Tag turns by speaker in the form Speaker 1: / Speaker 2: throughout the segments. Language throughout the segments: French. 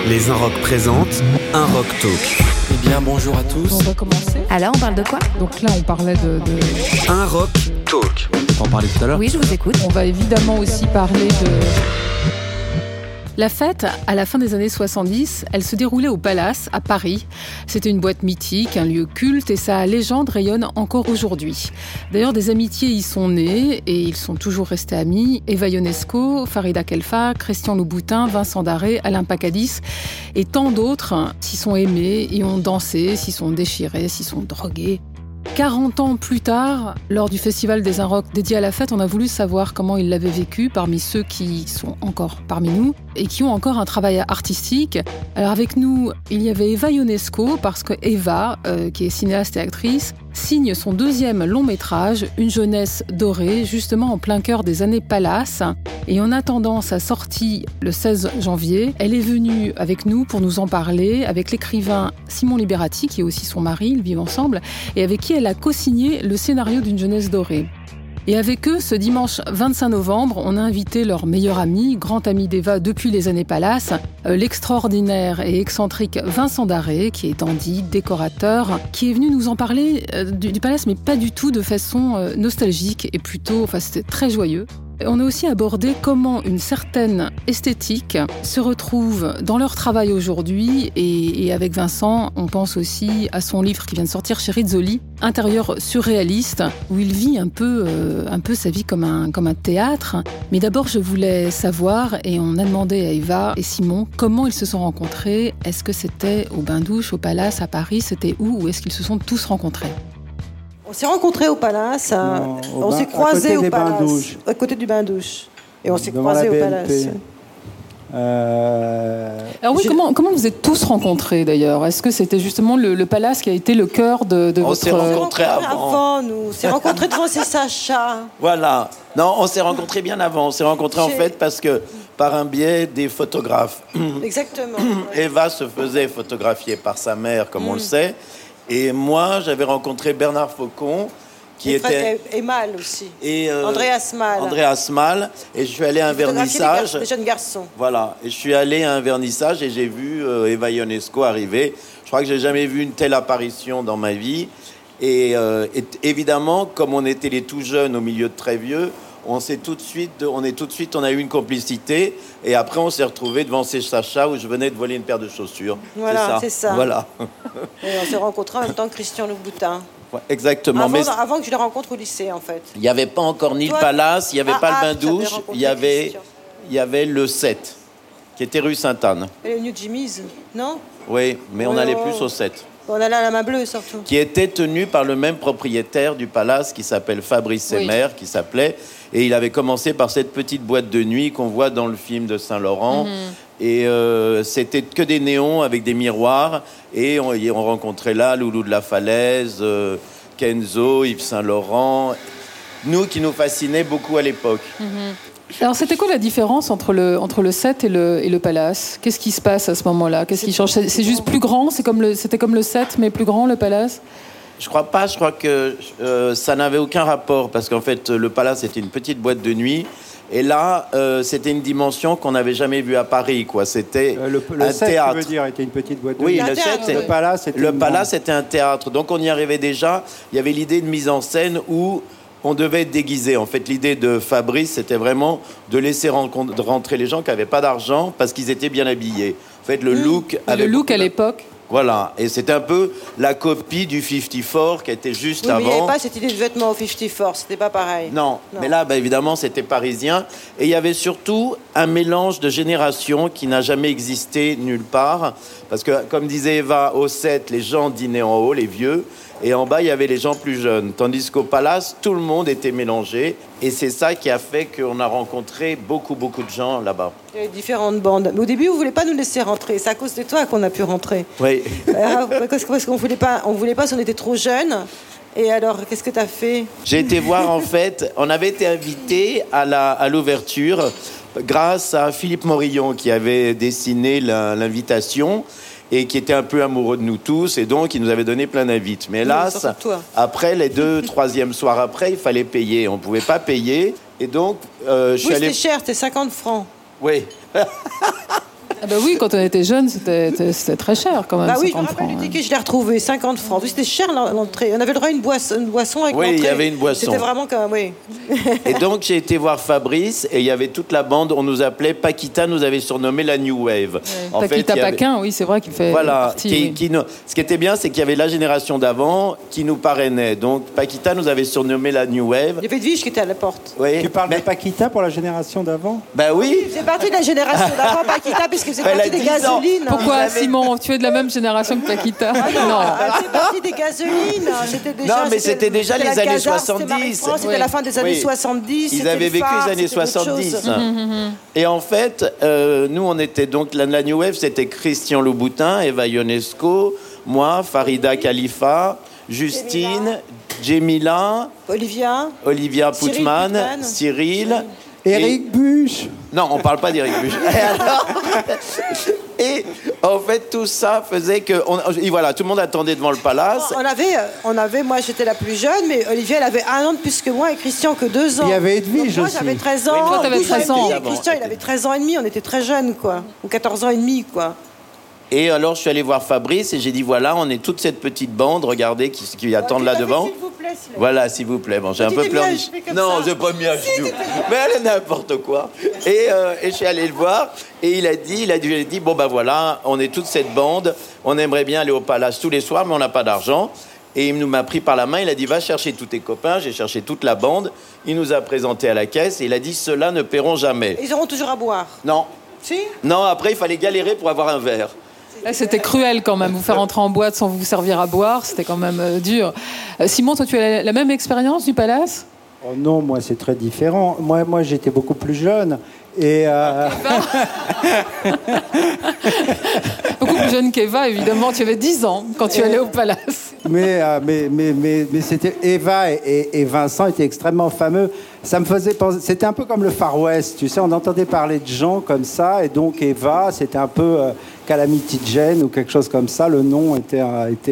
Speaker 1: Les Inrock présentent Un Rock Talk.
Speaker 2: Eh bien, bonjour à tous.
Speaker 3: On va commencer.
Speaker 4: Alors, on parle de quoi?
Speaker 3: Donc là, on parlait de...
Speaker 1: Un Rock Talk.
Speaker 2: On en parlait tout à l'heure.
Speaker 4: Oui, je vous écoute.
Speaker 3: On va évidemment aussi parler de...
Speaker 5: La fête, à la fin des années 70, elle se déroulait au Palace, à Paris. C'était une boîte mythique, un lieu culte, et sa légende rayonne encore aujourd'hui. D'ailleurs, des amitiés y sont nées, et ils sont toujours restés amis. Eva Ionesco, Farida Khelfa, Christian Louboutin, Vincent Darré, Alain Pacadis, et tant d'autres s'y sont aimés, y ont dansé, s'y sont déchirés, s'y sont drogués. 40 ans plus tard, lors du festival des Inrock dédié à la fête, on a voulu savoir comment ils l'avaient vécu parmi ceux qui sont encore parmi nous et qui ont encore un travail artistique. Alors avec nous, il y avait Eva Ionesco, parce que Eva, qui est cinéaste et actrice, signe son deuxième long métrage, Une jeunesse dorée, justement en plein cœur des années Palace. Et en attendant sa sortie le 16 janvier, elle est venue avec nous pour nous en parler, avec l'écrivain Simon Liberati, qui est aussi son mari, ils vivent ensemble, et avec qui elle a co-signé le scénario d'Une jeunesse dorée. Et avec eux, ce dimanche 25 novembre, on a invité leur meilleur ami, grand ami d'Eva depuis les années Palace, l'extraordinaire et excentrique Vincent Darré, qui est dandy, décorateur, qui est venu nous en parler du Palace, mais pas du tout de façon nostalgique, et plutôt, c'était très joyeux. On a aussi abordé comment une certaine esthétique se retrouve dans leur travail aujourd'hui, et avec Vincent, on pense aussi à son livre qui vient de sortir chez Rizzoli, Intérieur surréaliste, où il vit un peu sa vie comme un théâtre. Mais d'abord, je voulais savoir, et on a demandé à Eva et Simon, comment ils se sont rencontrés. Est-ce que c'était au Bain-Douche, au Palace, à Paris? C'était où est-ce qu'ils se sont tous rencontrés?
Speaker 6: On s'est rencontrés au Palace, on s'est croisés au Palace, à côté du bain-douche. Et on s'est croisés au Palace.
Speaker 3: Alors oui, comment vous êtes tous rencontrés d'ailleurs? Est-ce que c'était justement le Palace qui a été le cœur de votre...
Speaker 2: On s'est rencontrés avant.
Speaker 6: Nous. On s'est rencontrés devant ces Sacha.
Speaker 2: Voilà. Non, on s'est rencontrés bien avant. On s'est rencontrés en fait parce que par un biais des photographes.
Speaker 6: Exactement.
Speaker 2: Eva se faisait photographier par sa mère, comme on le sait. Et moi, j'avais rencontré Bernard Faucon, qui était...
Speaker 6: Et Mal aussi.
Speaker 2: Et
Speaker 6: Andreas Mal.
Speaker 2: Andreas Mal. Et je suis allé à un vernissage.
Speaker 6: Des jeunes garçons.
Speaker 2: Voilà. Et je suis allé à un vernissage et j'ai vu Eva Ionesco arriver. Je crois que j'ai jamais vu une telle apparition dans ma vie. Et évidemment, comme on était les tout jeunes au milieu de très vieux, on a eu une complicité, et après on s'est retrouvés devant ces Sacha où je venais de voler une paire de chaussures.
Speaker 6: Voilà, c'est ça.
Speaker 2: Voilà.
Speaker 6: Et on s'est rencontrés en même temps que Christian Louboutin.
Speaker 2: Ouais, exactement.
Speaker 6: Avant que je les rencontre au lycée, en fait.
Speaker 2: Il n'y avait pas encore ni le Palace, il n'y avait pas le bain-douche, il y avait le 7, qui était rue Sainte-Anne.
Speaker 6: Et le New Jimmy's, non?
Speaker 2: Oui, mais on allait plus au 7.
Speaker 6: On allait à la Main Bleue, surtout.
Speaker 2: Qui était tenu par le même propriétaire du Palace, qui s'appelle Fabrice Semer, qui s'appelait... Et il avait commencé par cette petite boîte de nuit qu'on voit dans le film de Saint-Laurent. Et c'était que des néons avec des miroirs. Et on rencontrait là Loulou de la Falaise, Kenzo, Yves Saint-Laurent. Nous, qui nous fascinaient beaucoup à l'époque.
Speaker 3: Alors, c'était quoi la différence entre le 7 et le Palace? Qu'est-ce qui se passe à ce moment-là? Qu'est-ce qui change? C'est juste plus grand? C'était comme le 7, mais plus grand, le Palace?
Speaker 2: Je crois pas. Je crois que ça n'avait aucun rapport, parce qu'en fait, le Palace était une petite boîte de nuit. Et là, c'était une dimension qu'on n'avait jamais vue à Paris, quoi. C'était un
Speaker 7: 7,
Speaker 2: théâtre.
Speaker 7: Tu veux dire, était une petite boîte de
Speaker 2: nuit.
Speaker 7: nuit.
Speaker 2: Oui,
Speaker 7: Le
Speaker 2: Palace était un théâtre. Donc, on y arrivait déjà. Il y avait l'idée de mise en scène où on devait être déguisé. En fait, l'idée de Fabrice, c'était vraiment de laisser rentrer les gens qui n'avaient pas d'argent parce qu'ils étaient bien habillés. En fait, le look
Speaker 3: à l'époque.
Speaker 2: Voilà, et c'était un peu la copie du 54 qui était juste avant.
Speaker 6: Mais il n'y avait pas cette idée de vêtements au 54, c'était pas pareil.
Speaker 2: Non. Mais là, évidemment, c'était parisien. Et il y avait surtout un mélange de générations qui n'a jamais existé nulle part. Parce que, comme disait Eva, au 7, les gens dînaient en haut, les vieux. Et en bas, il y avait les gens plus jeunes. Tandis qu'au Palace, tout le monde était mélangé. Et c'est ça qui a fait qu'on a rencontré beaucoup de gens là-bas.
Speaker 6: Il y avait différentes bandes. Mais au début, vous ne voulez pas nous laisser rentrer. C'est à cause de toi qu'on a pu rentrer.
Speaker 2: Oui.
Speaker 6: Parce qu'on ne voulait pas si on était trop jeunes. Et alors, qu'est-ce que tu as fait?
Speaker 2: J'ai été voir, en fait, on avait été invités à l'ouverture grâce à Philippe Morillon qui avait dessiné l'invitation. Et qui était un peu amoureux de nous tous, et donc il nous avait donné plein d'invites. Mais hélas, après, les 2, 3e soirs après, il fallait payer. On ne pouvait pas payer, et donc je suis allé...
Speaker 6: C'était cher, c'était 50 francs.
Speaker 2: Oui.
Speaker 3: Ah bah oui, quand on était jeune, c'était très cher quand même.
Speaker 6: Bah oui,
Speaker 3: 50
Speaker 6: je me rappelle
Speaker 3: francs,
Speaker 6: du ticket, je l'ai retrouvé, 50 francs. C'était cher l'entrée. On avait le droit à une boisson avec l'entrée.
Speaker 2: Oui, il y avait une boisson.
Speaker 6: C'était vraiment comme, oui.
Speaker 2: Et donc j'ai été voir Fabrice et il y avait toute la bande. On nous appelait Paquita, nous avait surnommé la New Wave.
Speaker 3: Ouais.
Speaker 2: En
Speaker 3: Paquita
Speaker 2: fait,
Speaker 3: Paquin, oui, c'est vrai qu'il fait partie.
Speaker 2: Ce qui était bien, c'est qu'il y avait la génération d'avant qui nous parrainait. Donc Paquita nous avait surnommé la New Wave.
Speaker 6: Il y avait Edwige qui était à la porte.
Speaker 2: Oui.
Speaker 7: Tu parles de Paquita pour la génération d'avant?
Speaker 2: Ben oui.
Speaker 6: C'est parti de la génération d'avant, Paquita, puisque c'est
Speaker 2: Elle
Speaker 6: parti
Speaker 2: a
Speaker 6: des
Speaker 2: 10 ans.
Speaker 6: gasolines.
Speaker 3: Pourquoi, Simon, tu es de la même génération que Paquita? Non.
Speaker 6: C'est parti des gasolines. C'était déjà,
Speaker 2: Non, mais c'était déjà
Speaker 6: c'était
Speaker 2: les
Speaker 6: la
Speaker 2: années
Speaker 6: Gazard,
Speaker 2: 70.
Speaker 6: C'était la fin des années
Speaker 2: Oui.
Speaker 6: 70.
Speaker 2: Ils
Speaker 6: c'était
Speaker 2: avaient
Speaker 6: le
Speaker 2: vécu
Speaker 6: phare,
Speaker 2: les années
Speaker 6: c'était autre
Speaker 2: 70.
Speaker 6: chose.
Speaker 2: Et en fait, nous, on était donc... La New Wave, c'était Christian Louboutin, Eva Ionesco, moi, Farida Khalifa, Justine, Jemila,
Speaker 6: Olivia
Speaker 2: Poutman,
Speaker 6: Poutman,
Speaker 2: Cyril...
Speaker 7: Éric Buche.
Speaker 2: Non, on parle pas d'Éric Buche. Et en fait, tout ça faisait que... Et voilà, tout le monde attendait devant le palace.
Speaker 6: On avait, moi j'étais la plus jeune, mais Olivia elle avait 1 an de plus que moi et Christian que 2 ans.
Speaker 7: Il y avait Edwige
Speaker 6: moi
Speaker 7: aussi.
Speaker 6: j'avais 13 ans.
Speaker 2: Oui, toi,
Speaker 3: t'avais 13 ans.
Speaker 6: Et Christian il avait 13 ans et demi, on était très jeunes quoi. Ou 14 ans et demi quoi.
Speaker 2: Et alors, je suis allé voir Fabrice et j'ai dit, voilà, on est toute cette petite bande, regardez, qui attendent là devant.
Speaker 6: S'il vous plaît,
Speaker 2: Voilà, s'il vous plaît. Bon, j'ai un peu pleurniché. Non, j'ai pas mis à genoux. Mais elle est n'importe quoi. Et je suis allé le voir et il a dit, bon ben voilà, on est toute cette bande, on aimerait bien aller au palace tous les soirs, mais on n'a pas d'argent. Et il m'a pris par la main, il a dit, va chercher tous tes copains. J'ai cherché toute la bande. Il nous a présenté à la caisse et il a dit, ceux-là ne paieront jamais.
Speaker 6: Ils auront toujours à boire.
Speaker 2: Non.
Speaker 6: Si.
Speaker 2: Non, après, il fallait galérer pour avoir un verre.
Speaker 3: Là, c'était cruel quand même, vous faire entrer en boîte sans vous servir à boire, c'était quand même dur. Simon, toi, tu as la même expérience du palace?
Speaker 7: Oh non, moi c'est très différent. Moi j'étais beaucoup plus jeune. Et
Speaker 3: Beaucoup plus jeune qu'Eva, évidemment. Tu avais 10 ans quand tu allais au palace.
Speaker 7: mais c'était Eva et Vincent étaient extrêmement fameux. Ça me faisait penser, c'était un peu comme le Far West, tu sais, on entendait parler de gens comme ça, et donc Eva, c'était un peu Calamity Jane ou quelque chose comme ça. Le nom était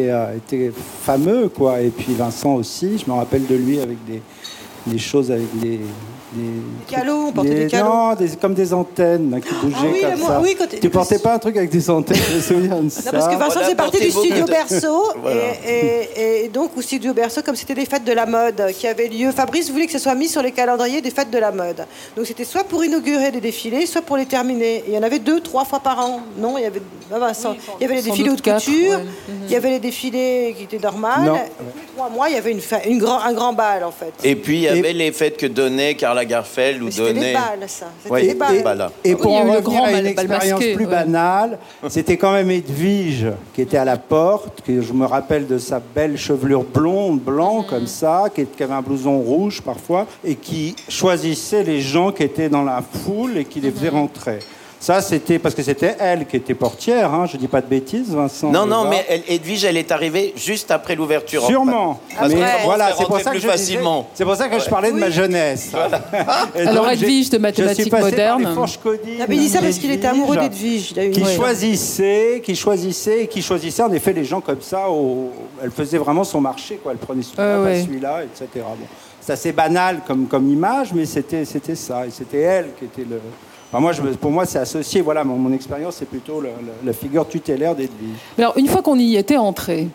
Speaker 7: fameux, quoi. Et puis Vincent aussi, je me rappelle de lui avec des choses avec des
Speaker 6: calots, on portait des calots.
Speaker 7: Non, comme des antennes qui bougeaient comme ça.
Speaker 6: Oui,
Speaker 7: tu portais pas un truc avec des antennes, je me souviens de ça.
Speaker 6: Non, parce que Vincent faisait partie du studio Berceau.
Speaker 2: Voilà.
Speaker 6: Et donc, au studio Berceau, comme c'était les fêtes de la mode qui avaient lieu, Fabrice voulait que ce soit mis sur les calendriers des fêtes de la mode. Donc, c'était soit pour inaugurer des défilés, soit pour les terminer. Et il y en avait 2-3 fois par an. Non, il y avait, Vincent, il y avait les défilés haute couture, il y avait les défilés qui étaient normales.
Speaker 7: Non.
Speaker 6: Et tous les 3 mois, il y avait un grand bal, en fait.
Speaker 2: Et puis, il y avait les fêtes que donnait Karl Lagerfeld ou
Speaker 6: Mais c'était des
Speaker 2: donnait...
Speaker 6: balles, ça. C'était
Speaker 2: Oui,
Speaker 6: des balles.
Speaker 2: voilà.
Speaker 7: Et
Speaker 3: Oui,
Speaker 7: pour
Speaker 3: il y a
Speaker 7: en
Speaker 3: eu le
Speaker 7: revenir
Speaker 3: grand
Speaker 7: à une
Speaker 3: bal
Speaker 7: expérience
Speaker 3: masqué,
Speaker 7: plus
Speaker 3: ouais.
Speaker 7: banale, c'était quand même Edwige qui était à la porte, que je me rappelle de sa belle chevelure blonde, blanc comme ça, qui avait un blouson rouge parfois, et qui choisissait les gens qui étaient dans la foule et qui les faisait rentrer. Ça, c'était parce que c'était elle qui était portière, hein, je dis pas de bêtises, Vincent.
Speaker 2: Non,
Speaker 7: Eva.
Speaker 2: mais Edwige, elle est arrivée juste après l'ouverture.
Speaker 7: Sûrement.
Speaker 2: Parce
Speaker 7: Mais
Speaker 2: que
Speaker 7: voilà,
Speaker 2: c'est pour ça que
Speaker 7: je
Speaker 2: facilement.
Speaker 7: disais- c'est pour ça que je parlais de ma jeunesse. Et
Speaker 3: Alors,
Speaker 7: donc,
Speaker 3: Edwige de mathématiques
Speaker 7: je suis passé
Speaker 3: modernes.
Speaker 7: par les fourches codines
Speaker 6: Ah, mais il dit ça parce qu'il était amoureux
Speaker 7: d'Edwige,
Speaker 6: d'Edwige. Il a eu
Speaker 7: qui
Speaker 6: une-
Speaker 7: choisissait en effet les gens comme ça. Elle faisait vraiment son marché, quoi. Elle prenait celui-là, pas celui-là, etc. Bon. C'est assez banal comme image, mais c'était ça. Et c'était elle qui était le... Enfin, pour moi, c'est associé. Voilà, mon expérience, c'est plutôt la figure tutélaire d'Edwige.
Speaker 3: Alors, une fois qu'on y était entré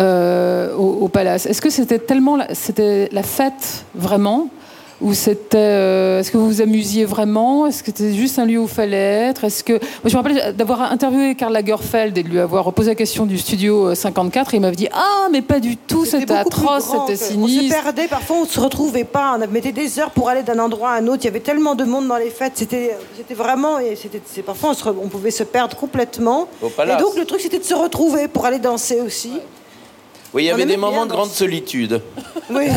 Speaker 3: au palace, est-ce que c'était la fête vraiment? Ou est-ce que vous vous amusiez vraiment? Est-ce que c'était juste un lieu où il fallait être? Moi, je me rappelle d'avoir interviewé Karl Lagerfeld et de lui avoir posé la question du studio 54 et il m'avait dit mais pas du tout, c'était
Speaker 6: beaucoup plus
Speaker 3: atroce,
Speaker 6: grand
Speaker 3: c'était
Speaker 6: que-
Speaker 3: sinistre.
Speaker 6: On se perdait, parfois on se retrouvait pas, on mettait des heures pour aller d'un endroit à un autre, il y avait tellement de monde dans les fêtes, c'était vraiment, parfois on pouvait se perdre complètement.
Speaker 2: Au palace.
Speaker 6: Et donc le truc c'était de se retrouver pour aller danser aussi.
Speaker 2: Oui, il y
Speaker 6: On
Speaker 2: avait
Speaker 6: aimait
Speaker 2: des moments
Speaker 6: bien
Speaker 2: de grande
Speaker 6: danser.
Speaker 2: solitude.
Speaker 6: Oui.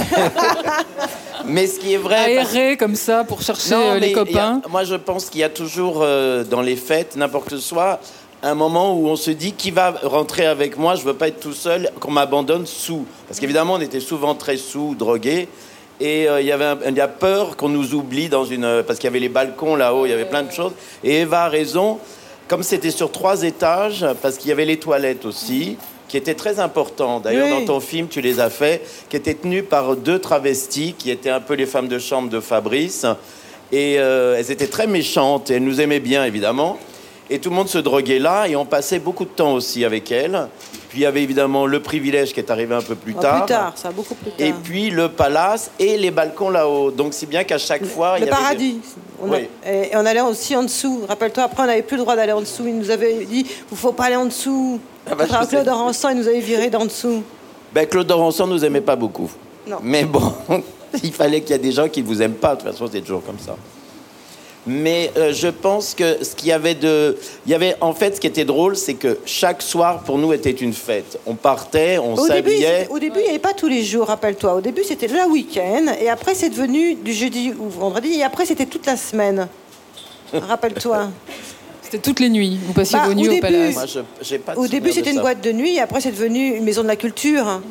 Speaker 2: Mais ce qui est vrai...
Speaker 3: Aérer comme ça pour chercher
Speaker 2: mais
Speaker 3: les copains.
Speaker 2: moi, je pense qu'il y a toujours dans les fêtes, n'importe soit, un moment où on se dit qui va rentrer avec moi, je veux pas être tout seul, qu'on m'abandonne sous. Parce qu'évidemment, on était souvent très sous, drogués. Et il y a peur qu'on nous oublie parce qu'il y avait les balcons là-haut, il y avait plein de choses. Et Eva a raison, comme c'était sur 3 étages, parce qu'il y avait les toilettes aussi, qui étaient très importants. D'ailleurs,
Speaker 6: Oui.
Speaker 2: dans ton film, tu les as fait, qui étaient tenues par 2 travestis, qui étaient un peu les femmes de chambre de Fabrice. Et elles étaient très méchantes, et elles nous aimaient bien, évidemment. Et tout le monde se droguait là, et on passait beaucoup de temps aussi avec elle. Puis il y avait évidemment le privilège qui est arrivé un peu plus tard.
Speaker 6: Plus tard, ça, beaucoup plus tard.
Speaker 2: Et puis le palace et les balcons là-haut. Donc si bien qu'à chaque fois...
Speaker 6: Le paradis. Et on allait aussi en dessous. Rappelle-toi, après on n'avait plus le droit d'aller en dessous. Il nous avait dit, il ne faut pas aller en dessous. Claude Orançon, il nous avait viré d'en dessous.
Speaker 2: Claude Orançon ne nous aimait pas beaucoup.
Speaker 6: Non.
Speaker 2: Mais bon, il fallait qu'il y ait des gens qui ne vous aiment pas. De toute façon, c'est toujours comme ça. Mais je pense que ce qu'il y avait en fait, ce qui était drôle, c'est que chaque soir, pour nous, était une fête. On partait, on s'habillait.
Speaker 6: Au début, il n'y avait pas tous les jours, rappelle-toi. Au début, c'était le week-end, et après, c'est devenu du jeudi ou vendredi, et après, c'était toute la semaine. Rappelle-toi.
Speaker 3: C'était toutes les nuits. Vous passiez vos nuits au Palace.
Speaker 2: Moi, j'ai pas de
Speaker 6: au début, c'était
Speaker 2: de
Speaker 6: une boîte de nuit, et après, c'est devenu une maison de la culture.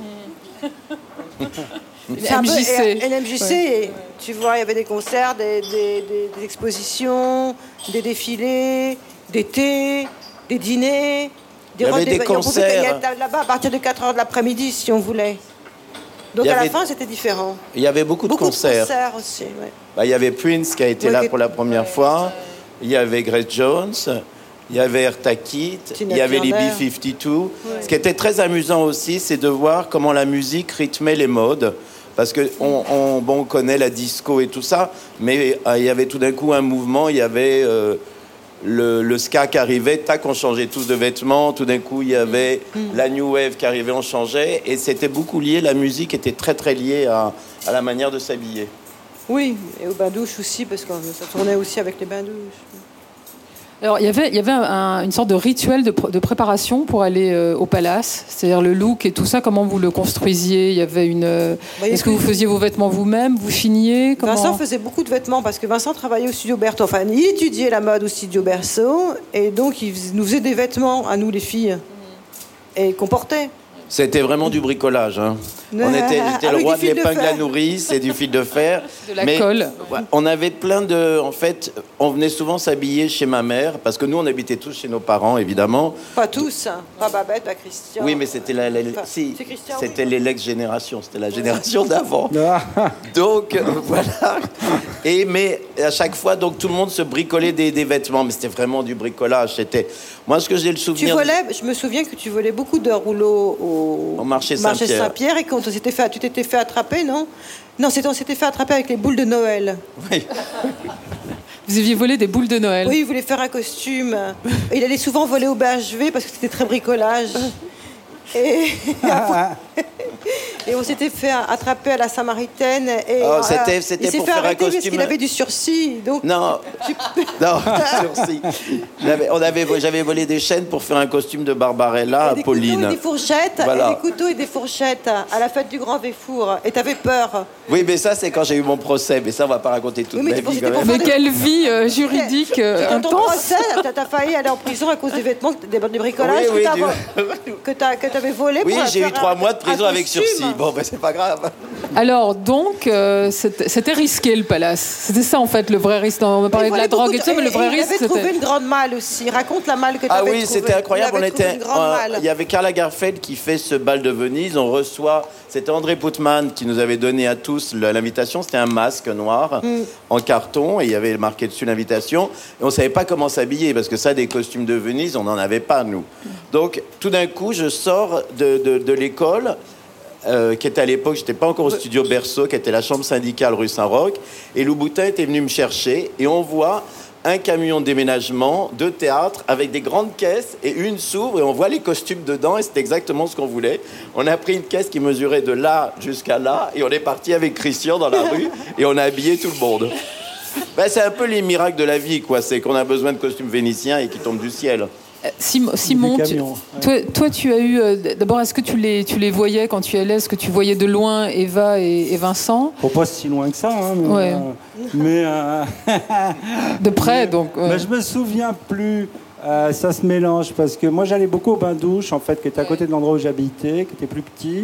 Speaker 3: MJC.
Speaker 6: MJC, ouais. Tu vois, il y avait des concerts, des expositions, des défilés, des thés, des dîners.
Speaker 2: Il y avait des concerts.
Speaker 6: On pouvait là-bas à partir de 4h de l'après-midi, si on voulait. Donc à la fin, c'était différent.
Speaker 2: Il y avait beaucoup de concerts.
Speaker 6: Beaucoup de concerts aussi, ouais.
Speaker 2: Il y avait Prince qui a été là pour la première fois. Il y avait Grace Jones. Il y avait Eartha Kitt, il y avait les B-52. Ouais. Ce qui était très amusant aussi, c'est de voir comment la musique rythmait les modes. Parce qu'on connaît la disco et tout ça, mais il y avait tout d'un coup un mouvement, il y avait le ska qui arrivait, tac, on changeait tous de vêtements, tout d'un coup il y avait la New Wave qui arrivait, on changeait, et c'était beaucoup lié, la musique était très très liée à la manière de s'habiller.
Speaker 6: Oui, et aux bains-douches aussi, parce que ça tournait aussi avec les bains-douches.
Speaker 3: Alors, il y avait une sorte de rituel de préparation pour aller au Palace, c'est-à-dire le look et tout ça, comment vous le construisiez? Il y avait est-ce que vous faisiez vos vêtements vous-même? Vous chiniez?
Speaker 6: Vincent faisait beaucoup de vêtements, parce que Vincent travaillait au studio Berthaud. Enfin, il étudiait la mode au studio Berthaud, et donc il nous faisait des vêtements, à nous les filles, et qu'on portait.
Speaker 2: C'était vraiment du bricolage. Hein. J'étais le roi de l'épingle à nourrice et du fil de fer.
Speaker 3: De la colle.
Speaker 2: On avait plein de... En fait, on venait souvent s'habiller chez ma mère, parce que nous, on habitait tous chez nos parents, évidemment.
Speaker 6: Pas tous, hein. Pas Babette, pas Christian.
Speaker 2: Oui, mais c'était c'était l'ex-génération, c'était la génération d'avant. Donc, voilà. Mais à chaque fois, donc, tout le monde se bricolait des vêtements, mais c'était vraiment du bricolage. Moi, ce que j'ai le souvenir...
Speaker 6: Je me souviens que tu volais beaucoup de rouleaux au
Speaker 2: marché Saint-Pierre.
Speaker 6: Et quand tu t'étais fait attraper, non? Non, on s'était fait attraper avec les boules de Noël.
Speaker 2: Oui.
Speaker 3: Vous aviez volé des boules de Noël?
Speaker 6: Oui, il voulait faire un costume. Il allait souvent voler au BHV parce que c'était très bricolage. Et on s'était fait attraper à la Samaritaine. Et
Speaker 2: c'était pour faire un costume.
Speaker 6: Parce qu'il avait du sursis. Donc
Speaker 2: non, sursis. J'avais volé des chaînes pour faire un costume de Barbarella à Pauline.
Speaker 6: Des fourchettes, voilà. Et des couteaux et des fourchettes à la fête du Grand Véfour. Et t'avais peur.
Speaker 2: Oui, mais ça, c'est quand j'ai eu mon procès. Mais ça, on va pas raconter toute ma vie.
Speaker 3: Mais quelle vie juridique intense.
Speaker 6: Dans ton procès, t'as failli aller en prison à cause des vêtements, des bricolages que t'avais volé.
Speaker 2: Oui, j'ai eu 3 mois de prison avec sursis. Bon, ben c'est pas grave.
Speaker 3: Alors, donc, c'était risqué, le Palace. C'était ça, en fait, le vrai risque. On a parlé de la drogue et tout ça, mais le vrai risque,
Speaker 6: c'était... Il avait trouvé une grande malle aussi. Raconte la malle que tu avais trouvée.
Speaker 2: Ah oui, c'était incroyable. Il y avait Karl Lagerfeld qui fait ce bal de Venise. On reçoit... C'était André Putman qui nous avait donné à tous l'invitation. C'était un masque noir en carton et il y avait marqué dessus l'invitation. Et on ne savait pas comment s'habiller parce que ça, des costumes de Venise, on n'en avait pas, nous. Donc, tout d'un coup, je sors de l'école... qui était à l'époque, j'étais pas encore au studio Berceau, qui était la chambre syndicale rue Saint-Roch, et Lou Boutin était venu me chercher, et on voit un camion de déménagement de théâtre avec des grandes caisses, et une s'ouvre, et on voit les costumes dedans, et c'était exactement ce qu'on voulait. On a pris une caisse qui mesurait de là jusqu'à là, et on est parti avec Christian dans la rue, et on a habillé tout le monde. C'est un peu les miracles de la vie, quoi. C'est qu'on a besoin de costumes vénitiens et qui tombent du ciel.
Speaker 3: Simon, toi, tu as eu... D'abord, est-ce que tu les voyais quand tu y allais? Est-ce que tu voyais de loin Eva et Vincent?
Speaker 7: Pas si loin que ça, hein,
Speaker 3: mais de près, donc...
Speaker 7: Mais je me souviens plus. Ça se mélange, parce que moi, j'allais beaucoup au bain-douche, en fait, qui était à côté de l'endroit où j'habitais, qui était plus petit.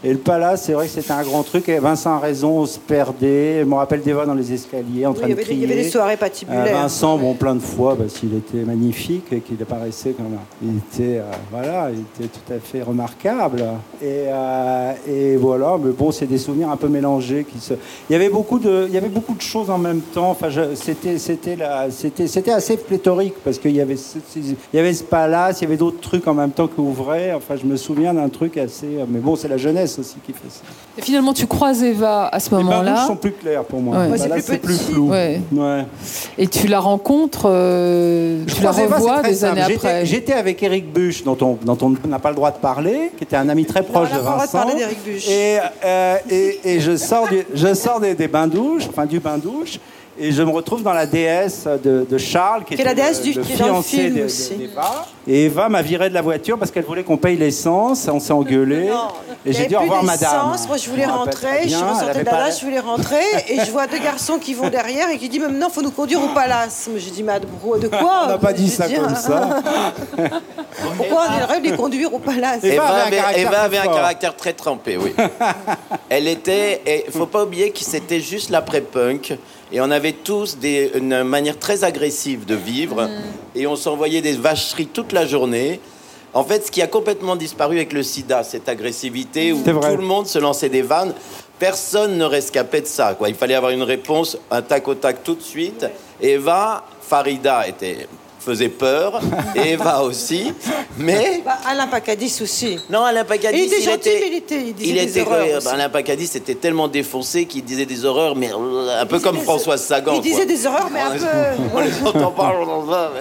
Speaker 7: Et le palace, c'est vrai que c'était un grand truc. Et Vincent a raison, on se perdait. Je me rappelle d'Eva dans les escaliers en train de crier.
Speaker 6: Il y avait des soirées patibulaires.
Speaker 7: Vincent, plein de fois, parce qu'il était magnifique et qu'il apparaissait comme il était, il était tout à fait remarquable. Et voilà, mais bon, c'est des souvenirs un peu mélangés. Il y avait beaucoup de choses en même temps. Enfin, c'était assez pléthorique parce qu'il y avait ce palace, il y avait d'autres trucs en même temps qui ouvraient. Enfin, je me souviens d'un truc assez. Mais bon, c'est la jeunesse aussi qui fait ça.
Speaker 3: Et finalement, tu croises Eva à ce moment-là.
Speaker 7: Les bouches sont plus claires pour moi.
Speaker 3: Ouais.
Speaker 7: C'est plus flou.
Speaker 3: Ouais.
Speaker 7: Ouais.
Speaker 3: Et tu la rencontres, tu la revois des années après.
Speaker 7: J'étais avec Éric Buch, dont on n'a pas le droit de parler, qui était un ami très proche de Vincent.
Speaker 6: On n'a pas le droit de parler d'Éric Buch.
Speaker 7: Et je sors des bains-douches, enfin du bain-douche. Et je me retrouve dans la déesse de Charles, qui est la déesse le fiancé d'Eva. Et Eva m'a viré de la voiture parce qu'elle voulait qu'on paye l'essence. On s'est engueulé. Et j'ai dit au revoir, madame.
Speaker 6: Moi, je voulais rentrer. Je ressortais de là, je voulais rentrer. Et je vois deux garçons qui vont derrière et qui disent maintenant, il faut nous conduire au palace. Mais j'ai dit, mais de quoi?
Speaker 7: On n'a pas dit ça comme ça.
Speaker 6: Pourquoi on irait les conduire au palace?
Speaker 2: Eva avait un caractère très trempé, oui. Elle était. Il ne faut pas oublier que c'était juste l'après-punk. Et on avait tous une manière très agressive de vivre. Et on s'envoyait des vacheries toute la journée. En fait, ce qui a complètement disparu avec le sida, cette agressivité où tout le monde se lançait des vannes. Personne ne rescapait de ça, quoi. Il fallait avoir une réponse, un tac au tac tout de suite. Eva, Farida faisait peur, et Eva aussi, mais...
Speaker 6: Alain Pacadis aussi.
Speaker 2: Non, Alain Pacadis,
Speaker 6: il était gentil, mais il disait des horreurs aussi.
Speaker 2: Alain Pacadis était tellement défoncé qu'il disait des horreurs, mais un peu comme Françoise Sagan.
Speaker 6: Il disait des horreurs, mais un peu...
Speaker 2: On les entend pas, on en va.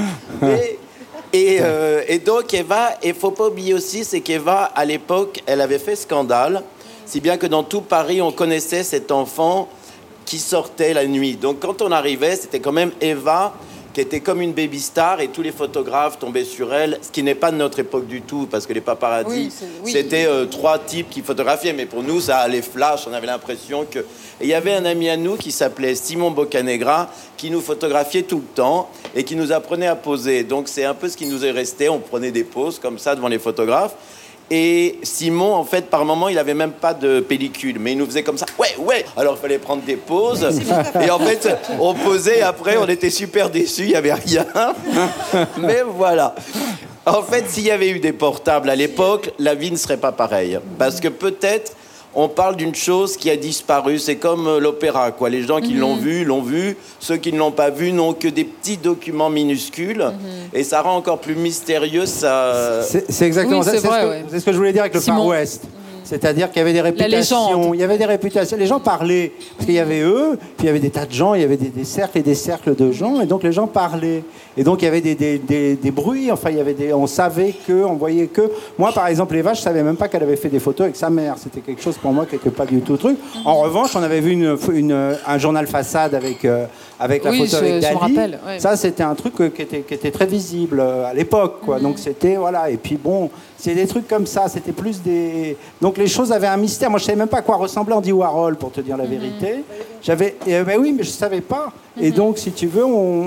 Speaker 2: Et donc Eva, il faut pas oublier aussi, c'est qu'Eva, à l'époque, elle avait fait scandale, si bien que dans tout Paris, on connaissait cet enfant qui sortait la nuit. Donc quand on arrivait, c'était quand même Eva qui était comme une baby star et tous les photographes tombaient sur elle, ce qui n'est pas de notre époque du tout, parce que les paparazzis, c'était 3 types qui photographiaient, mais pour nous, ça allait flash, on avait l'impression que... Et il y avait un ami à nous qui s'appelait Simon Boccanegra, qui nous photographiait tout le temps et qui nous apprenait à poser. Donc c'est un peu ce qui nous est resté, on prenait des poses comme ça devant les photographes. Et Simon, en fait, par moment, il avait même pas de pellicule, mais il nous faisait comme ça. Ouais. Alors, il fallait prendre des pauses. Et en fait, on posait. Après, on était super déçus. Il y avait rien. Mais voilà. En fait, s'il y avait eu des portables à l'époque, la vie ne serait pas pareille. Parce que peut-être, on parle d'une chose qui a disparu. C'est comme l'opéra, quoi. Les gens qui l'ont vu. Ceux qui ne l'ont pas vu n'ont que des petits documents minuscules. Et ça rend encore plus mystérieux ça.
Speaker 7: C'est exactement ça. C'est ce que je voulais dire avec le Far West. C'est-à-dire qu'il y avait des réputations. Il y avait des réputations. Les gens parlaient. Parce qu'il y avait eux, puis il y avait des tas de gens, il y avait des cercles et des cercles de gens. Et donc les gens parlaient. Et donc il y avait des bruits. Enfin, on savait on voyait que. Moi, par exemple, Eva, je ne savais même pas qu'elle avait fait des photos avec sa mère. C'était quelque chose pour moi qui n'était pas du tout truc. En revanche, on avait vu un journal façade avec la photo avec Dali.
Speaker 3: Rappelle, ouais.
Speaker 7: Ça, c'était un truc qui était très visible à l'époque, quoi. Donc c'était voilà. Et puis bon, c'est des trucs comme ça. C'était plus des. Donc les choses avaient un mystère. Moi, je savais même pas à quoi ressemblait Andy Warhol, pour te dire la vérité. Oui, mais je savais pas. Et donc, si tu veux,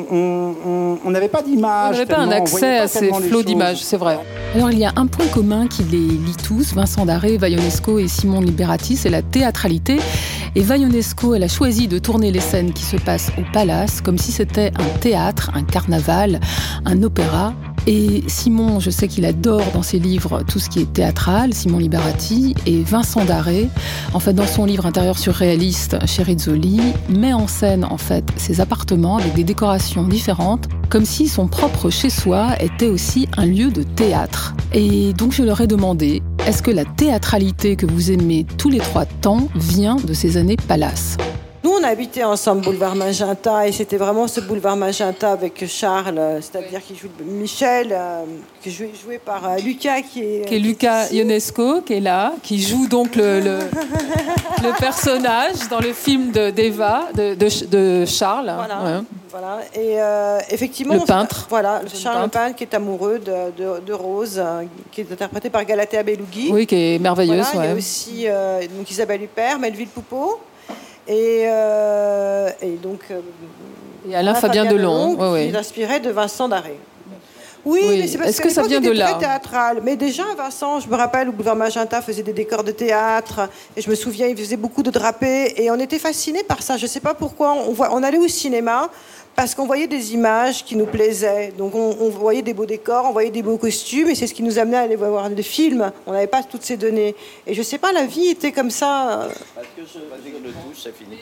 Speaker 7: on n'avait pas d'image.
Speaker 3: On n'avait pas un accès à ces flots d'images, c'est vrai.
Speaker 5: Alors, il y a un point commun qui les lie tous, Vincent Darré, Eva Ionesco et Simon Liberati, c'est la théâtralité. Eva Ionesco, elle a choisi de tourner les scènes qui se passent au Palace comme si c'était un théâtre, un carnaval, un opéra. Et Simon, je sais qu'il adore dans ses livres tout ce qui est théâtral, Simon Liberati, et Vincent Darré, en fait, dans son livre intérieur surréaliste chez Rizzoli, met en scène, en fait, ses appartements avec des décorations différentes, comme si son propre chez-soi était aussi un lieu de théâtre. Et donc, je leur ai demandé, est-ce que la théâtralité que vous aimez tous les 3 tant vient de ces années Palace ?
Speaker 6: Nous, on habitait ensemble boulevard Magenta et c'était vraiment ce boulevard Magenta avec Charles, c'est-à-dire qui joue Michel, qui est joué par Lucas, qui est
Speaker 3: Lucas Ionesco, qui est là, qui joue donc le personnage dans le film d'Eva, de Charles.
Speaker 6: Voilà. Et effectivement,
Speaker 3: le peintre.
Speaker 6: Voilà, Charles le peintre qui est amoureux de Rose, qui est interprétée par Galatea Belougui.
Speaker 3: Oui, qui est merveilleuse.
Speaker 6: Voilà, il y a aussi donc Isabelle Huppert, Melville Poupeau. Et donc
Speaker 3: et Alain Fabien Delon,
Speaker 6: qui est inspiré de Vincent Darré. Oui, mais c'est parce
Speaker 3: Est-ce que ça vient de là?
Speaker 6: Très théâtral. Mais déjà, Vincent, je me rappelle, au boulevard Magenta faisait des décors de théâtre. Et je me souviens, il faisait beaucoup de drapés. Et on était fascinés par ça. Je ne sais pas pourquoi. On allait au cinéma parce qu'on voyait des images qui nous plaisaient. Donc on voyait des beaux décors, on voyait des beaux costumes. Et c'est ce qui nous amenait à aller voir des films. On n'avait pas toutes ces données. Et je ne sais pas, la vie était comme ça.
Speaker 2: Parce que je le touche, ça finit.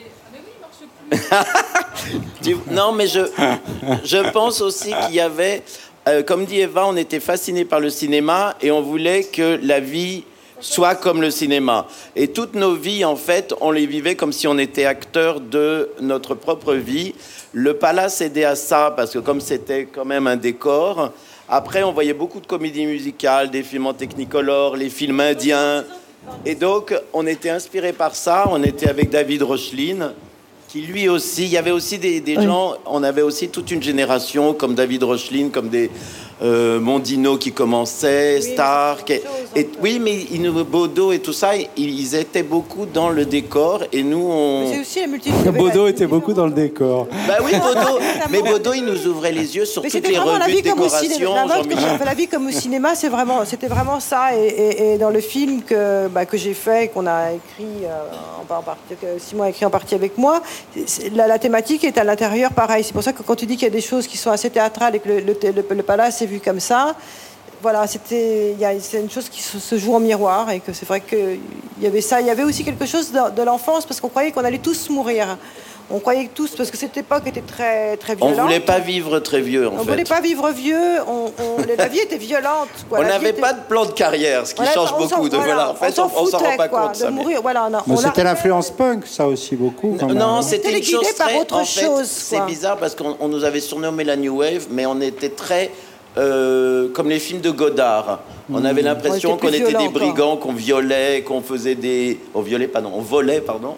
Speaker 2: Non, mais je pense aussi qu'il y avait... comme dit Eva, on était fascinés par le cinéma et on voulait que la vie soit comme le cinéma. Et toutes nos vies, en fait, on les vivait comme si on était acteurs de notre propre vie. Le Palace aidait à ça, parce que comme c'était quand même un décor, après, on voyait beaucoup de comédies musicales, des films en technicolor, les films indiens. Et donc, on était inspirés par ça. On était avec David Rochlin, qui lui aussi, il y avait aussi des gens, on avait aussi toute une génération comme David Rochlin, comme des Mondino qui commençaient, Stark, oui, mais Bodo et tout ça, ils étaient beaucoup dans le décor et nous on...
Speaker 6: Mais c'est aussi la multitude.
Speaker 7: Bodo était beaucoup dans le décor.
Speaker 2: Bah oui, Bodo, mais Bodo il nous ouvrait les yeux sur toutes les revues de décoration.
Speaker 6: La vie comme au cinéma, c'était vraiment ça. Et dans le film que j'ai fait, qu'on a écrit, que Simon a écrit en partie avec moi, la thématique est à l'intérieur pareil. C'est pour ça que quand tu dis qu'il y a des choses qui sont assez théâtrales et que le Palace est vu comme ça, voilà, c'est une chose qui se joue en miroir et que c'est vrai qu'il y avait ça. Il y avait aussi quelque chose de l'enfance parce qu'on croyait qu'on allait tous mourir. On croyait tous, parce que cette époque était très, très violente.
Speaker 2: On ne voulait pas vivre très vieux, en fait.
Speaker 6: On ne voulait pas vivre vieux. La vie était violente.
Speaker 2: Quoi. On n'avait pas de plan de carrière, ce qui change beaucoup. En fait, on s'en rend pas compte.
Speaker 6: De mourir, voilà, non.
Speaker 7: C'était l'influence punk, ça aussi, beaucoup. Quand même.
Speaker 2: Non, c'était une chose
Speaker 6: par
Speaker 2: très...
Speaker 6: autre chose.
Speaker 2: C'est bizarre, parce qu'on nous avait surnommé la New Wave, mais on était très... comme les films de Godard. On avait l'impression qu'on était des brigands, qu'on violait, qu'on faisait des... On volait, pardon.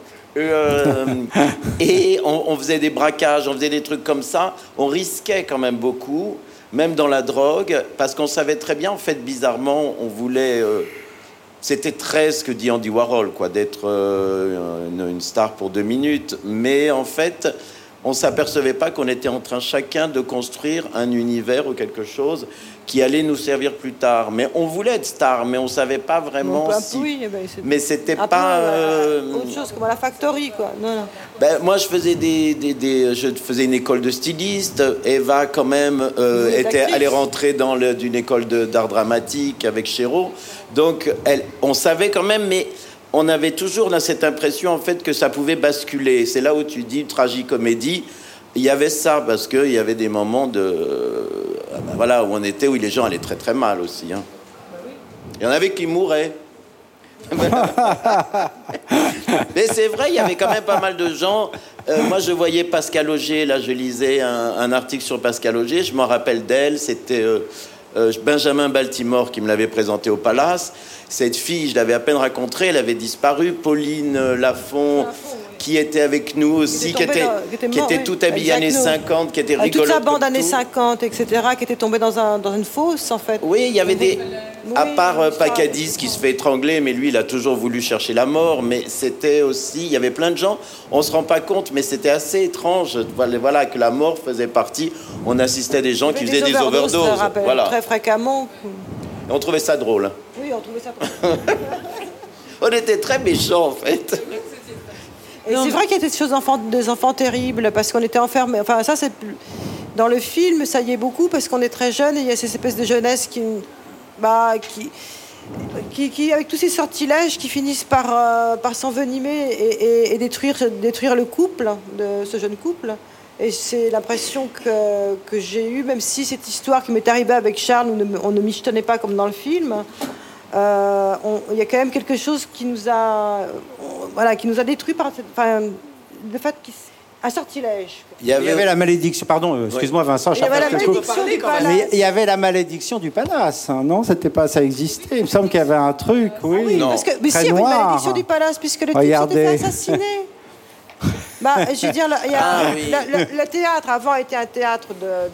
Speaker 2: Et on faisait des braquages, on faisait des trucs comme ça. On risquait quand même beaucoup, même dans la drogue, parce qu'on savait très bien, en fait, bizarrement, on voulait... c'était très ce que dit Andy Warhol, quoi, d'être une star pour 2 minutes. Mais en fait, on ne s'apercevait pas qu'on était en train chacun de construire un univers ou quelque chose qui allait nous servir plus tard. Mais on voulait être star, mais on ne savait pas vraiment si...
Speaker 6: Oui,
Speaker 2: mais c'était pas...
Speaker 6: autre chose, comme à la Factory, quoi. Non.
Speaker 2: Moi, je faisais je faisais une école de styliste. Eva, quand même, allait rentrer dans une école d'art dramatique avec Chéreau. Donc, on savait quand même, mais... On avait toujours cette impression, en fait, que ça pouvait basculer. C'est là où tu dis tragicomédie. Il y avait ça, parce qu'il y avait des moments où où les gens allaient très, très mal aussi. Hein. Il y en avait qui mouraient. Mais c'est vrai, il y avait quand même pas mal de gens. Moi, je voyais Pascal Auger. Là, je lisais un article sur Pascal Auger. Je m'en rappelle d'elle. C'était... Benjamin Baltimore qui me l'avait présenté au Palace. Cette fille, je l'avais à peine rencontrée, elle avait disparu. Pauline Lafont, qui était avec nous aussi, qui était toute habillée années 50, qui était rigolote.
Speaker 6: Toute sa bande années 50, etc., qui était tombée dans une fosse, en fait.
Speaker 2: Oui, il y avait à part Pacadis qui se fait étrangler, mais lui, il a toujours voulu chercher la mort. Mais c'était aussi... Il y avait plein de gens, on ne se rend pas compte, mais c'était assez étrange, voilà, que la mort faisait partie. On assistait à des gens qui faisaient des overdoses. Voilà.
Speaker 6: Très fréquemment.
Speaker 2: Et on trouvait ça drôle.
Speaker 6: Oui, on trouvait ça drôle.
Speaker 2: On était très méchants, en fait.
Speaker 6: Et c'est vrai qu'il y a des enfants terribles, parce qu'on était enfermés. Enfin, ça, c'est... Dans le film, ça y est beaucoup, parce qu'on est très jeunes, et il y a ces espèces de jeunesse qui avec tous ces sortilèges, qui finissent par s'envenimer et détruire le couple, de ce jeune couple. Et c'est l'impression que j'ai eue, même si cette histoire qui m'est arrivée avec Charles, on ne michetonnait pas comme dans le film. Il y a quand même quelque chose qui nous a détruit par le fait un sortilège.
Speaker 7: Il y avait la malédiction. Pardon, excuse-moi Vincent.
Speaker 6: Il y avait la malédiction du Palace.
Speaker 7: Mais il y avait la malédiction du Palace, hein, non? C'était pas, ça existait. Il me semble qu'il y avait un truc, oui.
Speaker 6: Oui, parce que, mais si, il y avait une malédiction du Palace, puisque le type s'était fait assassiner. Je veux dire, le théâtre avant était un théâtre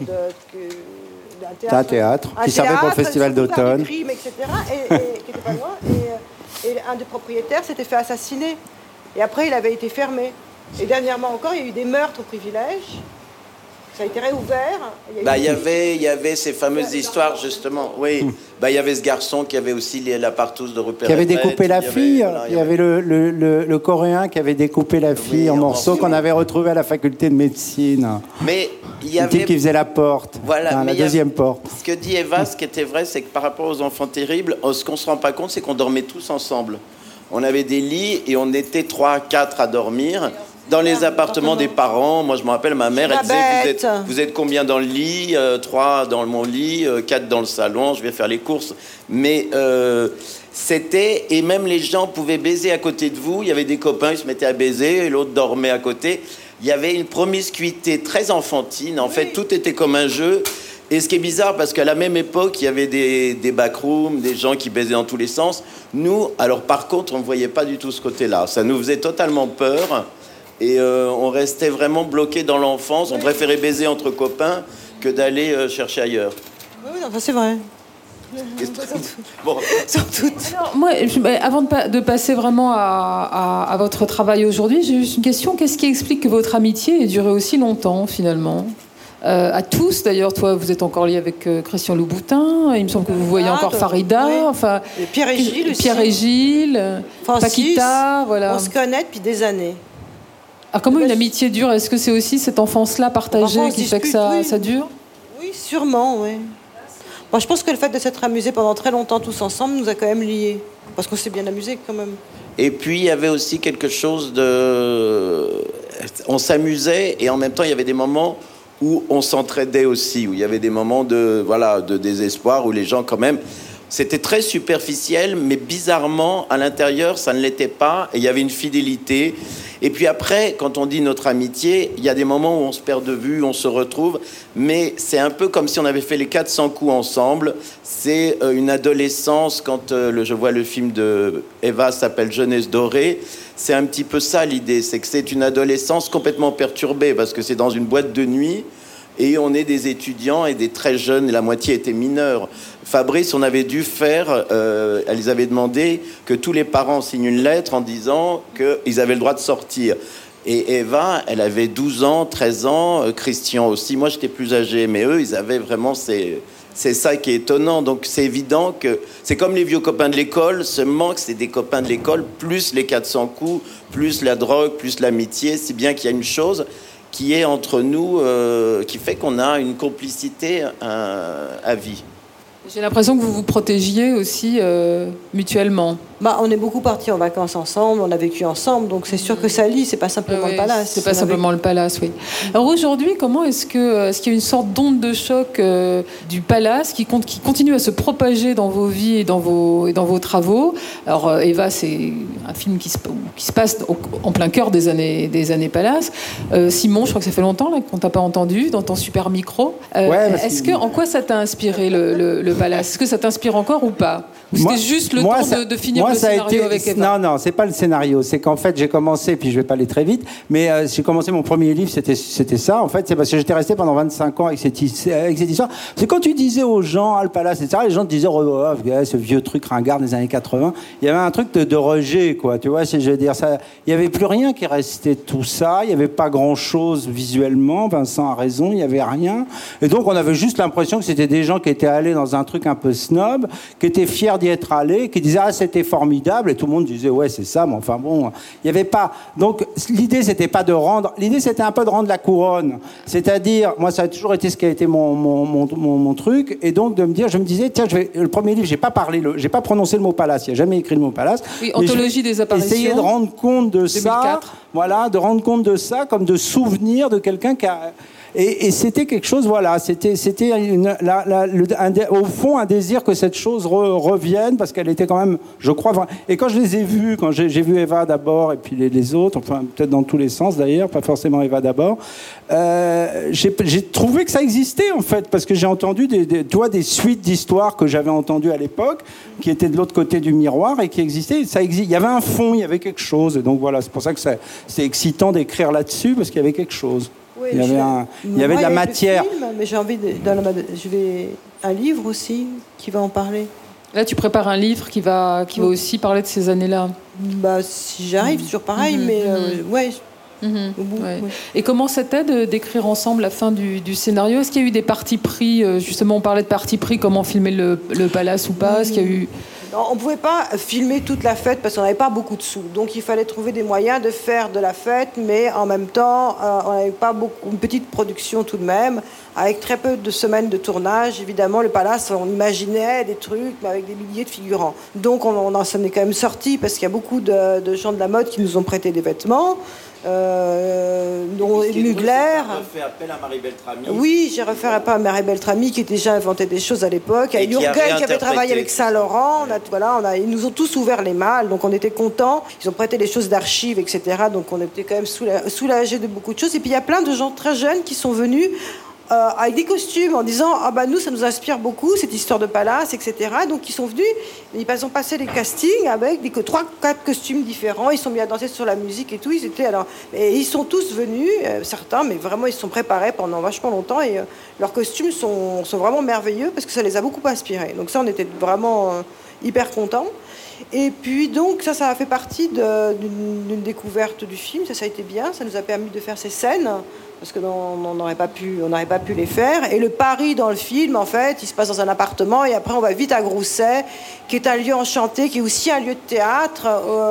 Speaker 7: un théâtre qui servait pour le festival d'automne.
Speaker 6: Crimes, etc. Et qui était pas loin. Et un des propriétaires s'était fait assassiner. Et après, il avait été fermé. Et dernièrement encore, il y a eu des meurtres au privilège. Ça a été réouvert.
Speaker 2: Il y avait ces fameuses histoires, justement. Oui. Il y avait ce garçon qui avait aussi la partouze de Rupert.
Speaker 7: Qui avait découpé la fille. Il y avait le Coréen qui avait découpé la fille en morceaux qu'on avait retrouvé à la faculté de médecine.
Speaker 2: Mais il y
Speaker 7: le
Speaker 2: avait...
Speaker 7: type qui faisait la porte.
Speaker 2: Voilà.
Speaker 7: La deuxième porte.
Speaker 2: Ce que dit Eva, ce qui était vrai, c'est que par rapport aux enfants terribles, ce qu'on se rend pas compte, c'est qu'on dormait tous ensemble. On avait des lits et on était 3, 4 à dormir. Dans les appartements des parents, moi je me rappelle, ma mère, elle disait, vous êtes combien dans le lit? 3 dans mon lit, 4 dans le salon, je vais faire les courses. Mais c'était, et même les gens pouvaient baiser à côté de vous, il y avait des copains, ils se mettaient à baiser, et l'autre dormait à côté. Il y avait une promiscuité très enfantine, en fait tout était comme un jeu. Et ce qui est bizarre, parce qu'à la même époque, il y avait des backrooms, des gens qui baisaient dans tous les sens. Nous, alors par contre, on ne voyait pas du tout ce côté-là. Ça nous faisait totalement peur. Et on restait vraiment bloqué dans l'enfance. On préférait baiser entre copains que d'aller chercher ailleurs.
Speaker 6: Oui, enfin, c'est vrai.
Speaker 2: Bon.
Speaker 3: Alors, moi, avant de passer vraiment à votre travail aujourd'hui, j'ai juste une question. Qu'est-ce qui explique que votre amitié ait duré aussi longtemps, finalement ? À tous, d'ailleurs, toi, vous êtes encore lié avec Christian Louboutin. Il me semble que vous voyez encore Farida.
Speaker 6: Oui.
Speaker 3: Enfin,
Speaker 6: et Pierre et Gilles aussi.
Speaker 3: Pierre et Gilles,
Speaker 6: Francis,
Speaker 3: Paquita, voilà.
Speaker 6: On se connaît depuis des années.
Speaker 3: Alors, comment une amitié dure? Est-ce que c'est aussi cette enfance-là partagée qui fait que ça dure?
Speaker 6: Oui, sûrement, oui. Bon, je pense que le fait de s'être amusé pendant très longtemps tous ensemble nous a quand même liés. Parce qu'on s'est bien amusé quand même.
Speaker 2: Et puis, il y avait aussi quelque chose de... On s'amusait et en même temps, il y avait des moments où on s'entraidait aussi, où il y avait des moments de désespoir, où les gens quand même... C'était très superficiel, mais bizarrement, à l'intérieur, ça ne l'était pas. Et il y avait une fidélité. Et puis après, quand on dit notre amitié, il y a des moments où on se perd de vue, on se retrouve. Mais c'est un peu comme si on avait fait les 400 coups ensemble. C'est une adolescence, quand je vois le film de Eva s'appelle Jeunesse dorée. C'est un petit peu ça l'idée. C'est que c'est une adolescence complètement perturbée, parce que c'est dans une boîte de nuit. Et on est des étudiants et des très jeunes, la moitié étaient mineurs. Fabrice, on avait dû faire, elles avaient demandé que tous les parents signent une lettre en disant qu'ils avaient le droit de sortir. Et Eva, elle avait 12 ans, 13 ans, Christian aussi. Moi, j'étais plus âgé, mais eux, ils avaient vraiment... C'est ça qui est étonnant. Donc, c'est évident que... C'est comme les vieux copains de l'école. Ce manque, c'est des copains de l'école, plus les 400 coups, plus la drogue, plus l'amitié. Si bien qu'il y a une chose... qui est entre nous, qui fait qu'on a une complicité à vie.
Speaker 3: J'ai l'impression que vous vous protégiez aussi mutuellement.
Speaker 6: On est beaucoup partis en vacances ensemble, on a vécu ensemble, donc c'est sûr que ça lie, c'est pas simplement le palace.
Speaker 3: C'est pas simplement le palace, oui. Alors aujourd'hui, comment est-ce qu'il y a une sorte d'onde de choc du palace qui continue à se propager dans vos vies et dans vos travaux? Alors Eva, c'est un film qui se passe en plein cœur des années palace. Simon, je crois que ça fait longtemps là, qu'on t'a pas entendu dans ton super micro. En quoi ça t'a inspiré le palace? Est-ce que ça t'inspire encore ou pas? Ou c'était juste le temps de finir le scénario avec Eva?
Speaker 7: Non, c'est pas le scénario. C'est qu'en fait, j'ai commencé, puis je vais pas aller très vite, mais j'ai commencé mon premier livre, c'était ça. En fait, c'est parce que j'étais resté pendant 25 ans avec cette histoire. C'est quand tu disais aux gens, le palace, etc., les gens te disaient, ce vieux truc ringard des années 80. Il y avait un truc de rejet, quoi. Tu vois, je veux dire, ça, il y avait plus rien qui restait de tout ça. Il y avait pas grand-chose visuellement. Vincent a raison, il y avait rien. Et donc, on avait juste l'impression que c'était des gens qui étaient allés dans un truc un peu snob, qui étaient fiers d'y être allés, qui disaient c'était formidable, et tout le monde disait ouais c'est ça, mais enfin bon, il y avait pas. Donc l'idée c'était pas de rendre, l'idée c'était un peu de rendre la couronne, c'est-à-dire moi ça a toujours été ce qui a été mon truc, et donc je me disais tiens, le premier livre j'ai pas prononcé le mot palace, il n'y a jamais écrit le mot palace.
Speaker 3: Oui, Anthologie des apparitions.
Speaker 7: Essayer de rendre compte de 2004. Ça, voilà, de rendre compte de ça comme de souvenir de quelqu'un qui a. Et c'était quelque chose, voilà, c'était au fond un désir que cette chose revienne, parce qu'elle était quand même, je crois, et quand je les ai vus, quand j'ai vu Eva d'abord et puis les autres, enfin peut-être dans tous les sens d'ailleurs, pas forcément Eva d'abord, j'ai trouvé que ça existait en fait, parce que j'ai entendu des suites d'histoires que j'avais entendues à l'époque, qui étaient de l'autre côté du miroir et qui existaient. Il y avait un fond, il y avait quelque chose, et donc voilà, c'est pour ça que c'est excitant d'écrire là-dessus, parce qu'il y avait quelque chose.
Speaker 6: Oui,
Speaker 7: il y avait de la matière.
Speaker 6: Film, mais j'ai envie un livre aussi qui va en parler.
Speaker 3: Là, tu prépares un livre qui va aussi parler de ces années-là.
Speaker 6: Si j'arrive, c'est toujours pareil, mais ouais.
Speaker 3: Ouais. Et comment c'était d'écrire ensemble la fin du scénario? Est-ce qu'il y a eu des partis pris, justement on parlait de partis pris, comment filmer le palace ou pas? Est-ce qu'il y a eu...
Speaker 6: Non, on ne pouvait pas filmer toute la fête parce qu'on n'avait pas beaucoup de sous. Donc il fallait trouver des moyens de faire de la fête, mais en même temps, on n'avait pas une petite production tout de même, avec très peu de semaines de tournage. Évidemment, le palace, on imaginait des trucs, mais avec des milliers de figurants. Donc on en s'en est quand même sorti parce qu'il y a beaucoup de gens de la mode qui nous ont prêté des vêtements. Dont Mugler.
Speaker 2: Fait appel à Marie Beltrami.
Speaker 6: Oui, j'ai refait appel à Marie Beltrami qui déjà inventé des choses à l'époque. Il y a Jürgen qui avait travaillé avec Saint-Laurent. Ils nous ont tous ouvert les malles, donc on était contents. Ils ont prêté les choses d'archives, etc. Donc on était quand même soulagés de beaucoup de choses. Et puis il y a plein de gens très jeunes qui sont venus avec des costumes en disant nous ça nous inspire beaucoup cette histoire de palace, etc. Donc ils sont venus, ils ont passé les castings avec 3-4 costumes différents, ils sont mis à danser sur la musique et tout. Et ils sont tous venus, certains, mais vraiment ils se sont préparés pendant vachement longtemps et leurs costumes sont vraiment merveilleux parce que ça les a beaucoup inspirés. Donc ça on était vraiment hyper contents. Et puis donc ça a fait partie d'une découverte du film, ça a été bien, ça nous a permis de faire ces scènes parce que on n'aurait pas pu les faire. Et le Paris dans le film, en fait, il se passe dans un appartement et après on va vite à Grousset, qui est un lieu enchanté, qui est aussi un lieu de théâtre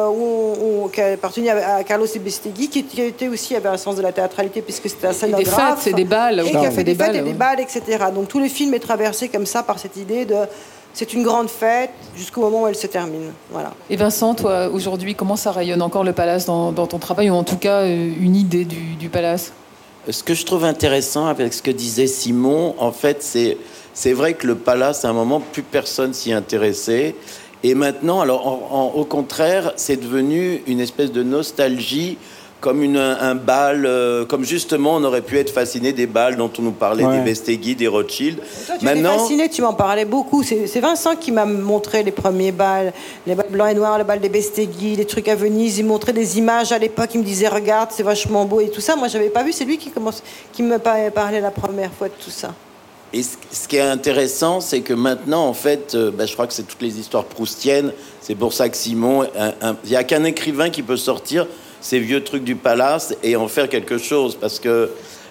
Speaker 6: qui appartenait à Carlos Ebestegui, qui était aussi avait un sens de la théâtralité puisque c'était un scénographe.
Speaker 3: Des fêtes, c'est des balles,
Speaker 6: et qui a fait des fêtes et des balles, etc. Donc tout le film est traversé comme ça par cette idée de c'est une grande fête jusqu'au moment où elle se termine. Voilà.
Speaker 3: Et Vincent, toi, aujourd'hui, comment ça rayonne encore le palace dans ton travail, ou en tout cas une idée du palace?
Speaker 2: Ce que je trouve intéressant avec ce que disait Simon, en fait, c'est vrai que le palace, à un moment, plus personne s'y intéressait. Et maintenant, alors, au contraire, c'est devenu une espèce de nostalgie, comme un bal, comme justement on aurait pu être fasciné des bals dont on nous parlait, des Bestegui, des Rothschild.
Speaker 6: Toi, tu étais fasciné, tu m'en parlais beaucoup. C'est Vincent qui m'a montré les premiers bals, les balles blancs et noirs, le bal des Bestegui, les trucs à Venise. Il me montrait des images à l'époque, il me disait regarde, c'est vachement beau et tout ça. Moi, j'avais pas vu, c'est lui qui me parlait la première fois de tout ça.
Speaker 2: Et ce qui est intéressant, c'est que maintenant, en fait, je crois que c'est toutes les histoires proustiennes. C'est pour ça que Simon, il n'y a qu'un écrivain qui peut sortir ces vieux trucs du palace et en faire quelque chose, parce que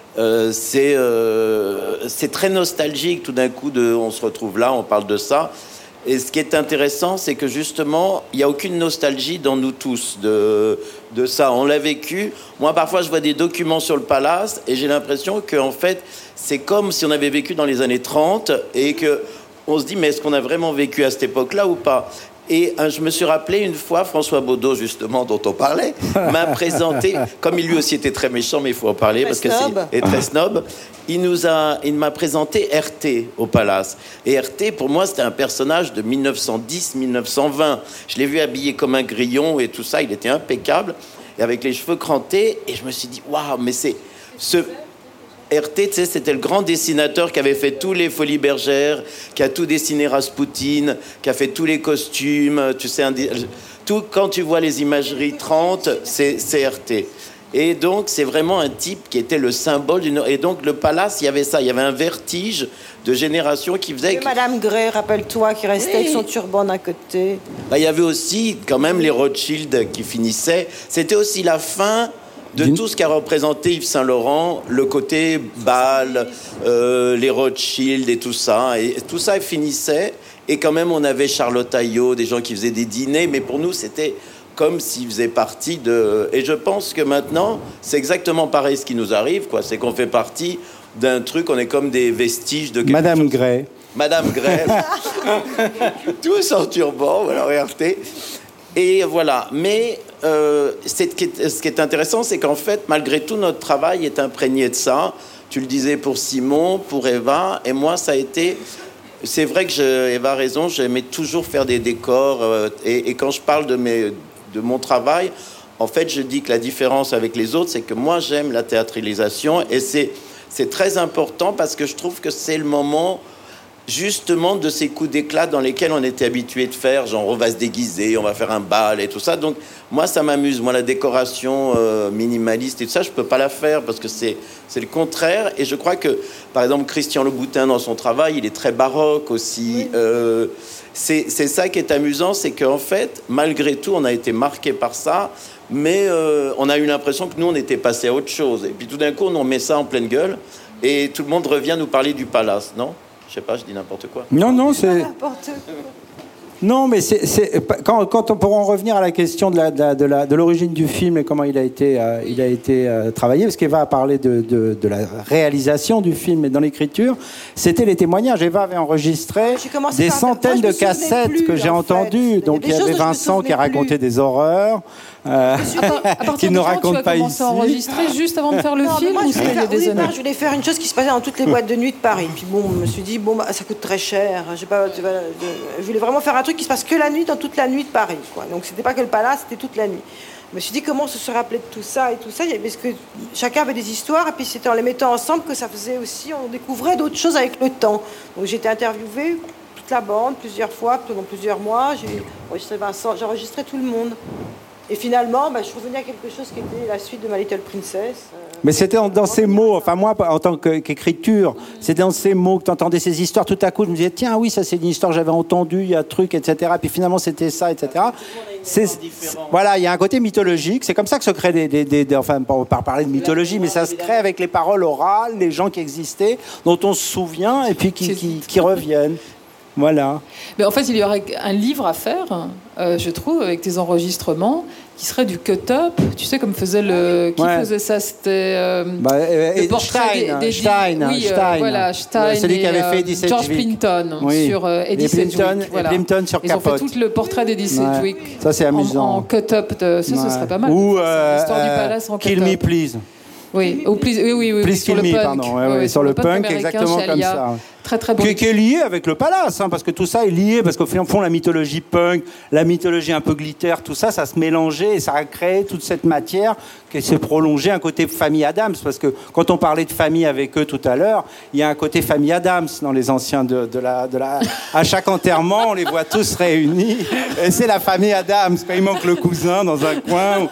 Speaker 2: c'est très nostalgique tout d'un coup, on se retrouve là, on parle de ça. Et ce qui est intéressant, c'est que justement, il n'y a aucune nostalgie dans nous tous de ça. On l'a vécu. Moi, parfois, je vois des documents sur le palace et j'ai l'impression qu'en fait, c'est comme si on avait vécu dans les années 30 et qu'on se dit, mais est-ce qu'on a vraiment vécu à cette époque-là ou pas ? Et je me suis rappelé une fois, François Baudot, justement, dont on parlait, m'a présenté, comme il lui aussi était très méchant, mais il faut en parler, parce que c'est très snob, il m'a présenté RT au Palace. Et RT, pour moi, c'était un personnage de 1910-1920. Je l'ai vu habillé comme un grillon et tout ça, il était impeccable, et avec les cheveux crantés, et je me suis dit, waouh, mais c'est... RT, tu sais, c'était le grand dessinateur qui avait fait tous les Folies Bergères, qui a tout dessiné Raspoutine, qui a fait tous les costumes, tu sais, tout, quand tu vois les imageries 30, c'est RT. Et donc, c'est vraiment un type qui était le symbole d'une... Et donc, le palace, il y avait ça, il y avait un vertige de génération qui faisait...
Speaker 6: Madame Gray, rappelle-toi, qui restait avec son turban d'un côté.
Speaker 2: Il y avait aussi, quand même, les Rothschild qui finissaient. C'était aussi la fin... de tout ce qu'a représenté Yves Saint-Laurent, le côté bal, les Rothschild et tout ça. Et tout ça finissait. Et quand même, on avait Charlotte Ayot, des gens qui faisaient des dîners. Mais pour nous, c'était comme s'ils faisaient partie de... Et je pense que maintenant, c'est exactement pareil ce qui nous arrive, quoi. C'est qu'on fait partie d'un truc, on est comme des vestiges de...
Speaker 7: Madame Gray.
Speaker 2: Madame Gray. Tous en turban, voilà, regardez. Et voilà. Mais ce qui est intéressant, c'est qu'en fait, malgré tout, notre travail est imprégné de ça. Tu le disais pour Simon, pour Eva, et moi, ça a été... C'est vrai que Eva a raison, j'aimais toujours faire des décors. Et quand je parle de mon travail, en fait, je dis que la différence avec les autres, c'est que moi, j'aime la théâtralisation. Et c'est très important parce que je trouve que c'est le moment... justement de ces coups d'éclat dans lesquels on était habitué de faire, genre on va se déguiser, on va faire un bal et tout ça. Donc moi ça m'amuse, moi la décoration minimaliste et tout ça, je peux pas la faire parce que c'est le contraire. Et je crois que par exemple Christian Louboutin dans son travail, il est très baroque aussi. C'est ça qui est amusant, c'est qu'en fait malgré tout on a été marqué par ça, Mais on a eu l'impression que nous, on était passé à autre chose. Et puis tout d'un coup, on met ça en pleine gueule et tout le monde revient nous parler du palace, non? Je sais pas, je dis n'importe quoi.
Speaker 7: Non, c'est...
Speaker 6: N'importe quoi.
Speaker 7: Non, mais quand on pourra en revenir à la question de l'origine du film et comment il a été travaillé, parce qu'Eva a parlé de la réalisation du film et dans l'écriture, c'était les témoignages. Eva avait enregistré des centaines de cassettes que j'ai entendues. Donc il y avait Vincent qui a raconté des horreurs. Qui ne raconte pas ici.
Speaker 3: Tu as commencé à enregistrer juste avant de faire le film ou c'était il y a des années?
Speaker 6: Je voulais faire une chose qui se passait dans toutes les boîtes de nuit de Paris. Puis bon, je me suis dit, ça coûte très cher. Je voulais vraiment faire un truc qui se passe que la nuit, dans toute la nuit de Paris, quoi. Donc c'était pas que le palace, c'était toute la nuit. Je me suis dit comment se rappeler de tout ça et tout ça, parce que chacun avait des histoires, et puis c'était en les mettant ensemble que ça faisait aussi, on découvrait d'autres choses avec le temps. Donc j'ai été interviewée, toute la bande, plusieurs fois, pendant plusieurs mois. J'ai enregistré Vincent, j'ai enregistré tout le monde. Et finalement, je suis revenue à quelque chose qui était la suite de Ma Little Princess.
Speaker 7: Mais c'était dans ces mots, enfin moi, en tant qu'écriture, c'était dans ces mots que tu entendais ces histoires. Tout à coup, je me disais, tiens, oui, ça c'est une histoire que j'avais entendue, il y a un truc, etc. Puis finalement, c'était ça, etc. Voilà, il y a un côté mythologique. C'est comme ça que se crée enfin, on ne peut pas parler de mythologie, mais ça se crée avec les paroles orales, les gens qui existaient, dont on se souvient, et puis qui reviennent. Voilà.
Speaker 3: Mais en fait, il y aurait un livre à faire, je trouve, avec tes enregistrements, qui serait du cut-up. Tu sais, comme faisait le... Qui faisait ça? C'était... le portrait
Speaker 7: Stein.
Speaker 3: Voilà, Stein.
Speaker 7: Celui qui avait fait Eddie Sedgwick.
Speaker 3: George Plimpton sur Eddie Sedgwick.
Speaker 7: Voilà. Plimpton sur
Speaker 3: Ils ont
Speaker 7: Capote.
Speaker 3: fait tout le portrait d'Eddie Sedgwick.
Speaker 7: Ça, c'est amusant.
Speaker 3: En cut-up. Ça, ce serait pas mal.
Speaker 7: Ou
Speaker 3: l'histoire du palace en
Speaker 7: Kill
Speaker 3: cut-up.
Speaker 7: Me Please.
Speaker 3: Oui,
Speaker 7: Please
Speaker 3: sur
Speaker 7: Kill
Speaker 3: le
Speaker 7: Me,
Speaker 3: punk.
Speaker 7: pardon. Sur le punk, exactement comme ça.
Speaker 3: Très, très bon.
Speaker 7: Qui est lié avec le palace, parce que tout ça est lié, parce qu'au fond, la mythologie punk, la mythologie un peu glitter, tout ça, ça se mélangeait et ça a créé toute cette matière qui s'est prolongée, un côté famille Adams, parce que quand on parlait de famille avec eux tout à l'heure, il y a un côté famille Adams dans les anciens de la... À chaque enterrement, on les voit tous réunis, et c'est la famille Adams, quand il manque le cousin dans un coin.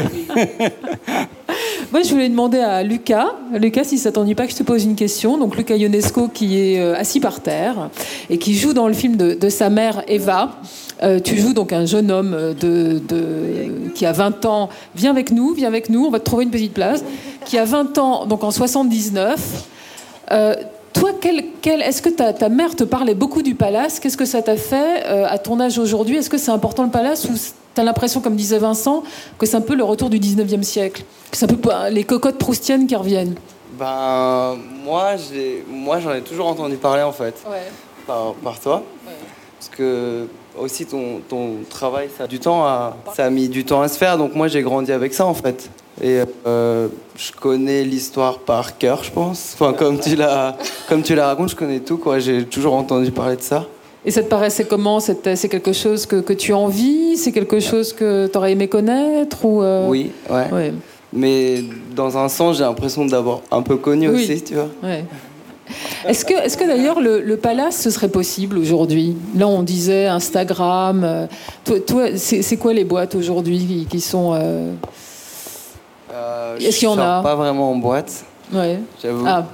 Speaker 3: Moi, je voulais demander à Lucas, si ça t'ennuie pas que je te pose une question. Donc, Luca Ionesco, qui est assis par terre et qui joue dans le film de sa mère, Eva. Tu joues donc un jeune homme qui a 20 ans. Viens avec nous, on va te trouver une petite place. Qui a 20 ans, donc en 79. Toi, est-ce que ta mère te parlait beaucoup du palace? Qu'est-ce que ça t'a fait à ton âge aujourd'hui? Est-ce que c'est important le palace ou t'as l'impression, comme disait Vincent, que c'est un peu le retour du 19e siècle? Que c'est un peu les cocottes proustiennes qui reviennent?
Speaker 4: Moi, j'en ai toujours entendu parler, en fait, par toi. Ouais. Parce que aussi, ton travail, ça a mis du temps à se faire. Donc moi, j'ai grandi avec ça, en fait. Et je connais l'histoire par cœur, je pense. Enfin, comme tu la racontes, je connais tout, quoi. J'ai toujours entendu parler de ça.
Speaker 3: Et ça te paraissait comment? C'est quelque chose que tu envies? C'est quelque chose que tu aurais aimé connaître ou
Speaker 4: Oui, ouais. Mais dans un sens, j'ai l'impression d'avoir un peu connu aussi, tu vois.
Speaker 3: Ouais. Est-ce que d'ailleurs le palace, ce serait possible aujourd'hui? Là, on disait Instagram. Toi, c'est quoi les boîtes aujourd'hui qui sont... Est-ce qu'il y en a?
Speaker 4: Pas vraiment en boîte.
Speaker 3: Ouais.
Speaker 4: J'avoue.
Speaker 3: Ah.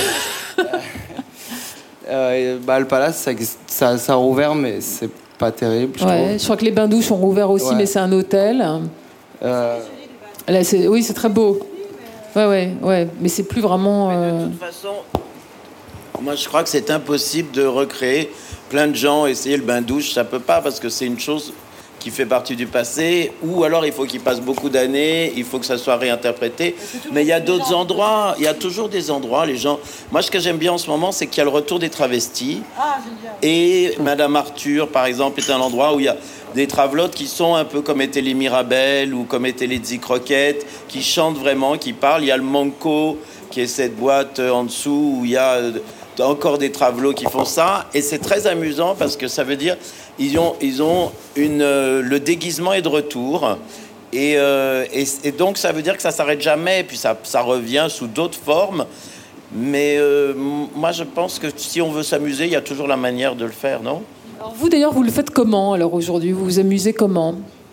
Speaker 4: Le palace, ça a rouvert, mais c'est pas terrible, je trouve.
Speaker 3: Je crois que les bains-douches ont rouvert aussi, mais c'est un hôtel. Là, c'est très beau. Ouais. Mais c'est plus vraiment...
Speaker 2: Mais de toute façon, moi, je crois que c'est impossible de recréer plein de gens, essayer le bain-douche, ça peut pas, parce que c'est une chose qui fait partie du passé, ou alors il faut qu'il passe beaucoup d'années, il faut que ça soit réinterprété. Mais il y a d'autres endroits, il y a toujours des endroits, les gens... Moi, ce que j'aime bien en ce moment, c'est qu'il y a le retour des travestis. Et Madame Arthur, par exemple, est un endroit où il y a des travelotes qui sont un peu comme étaient les Mirabelles ou comme étaient les Dixie Croquettes, qui chantent vraiment, qui parlent. Il y a le Manco, qui est cette boîte en dessous, où il y a encore des travelots qui font ça. Et c'est très amusant parce que ça veut dire ils ont le déguisement est de retour. Et donc ça veut dire que ça s'arrête jamais. Et puis ça revient sous d'autres formes. Mais moi, je pense que si on veut s'amuser, il y a toujours la manière de le faire, non?
Speaker 3: Alors vous, d'ailleurs, vous le faites comment, alors, aujourd'hui? Vous vous amusez comment?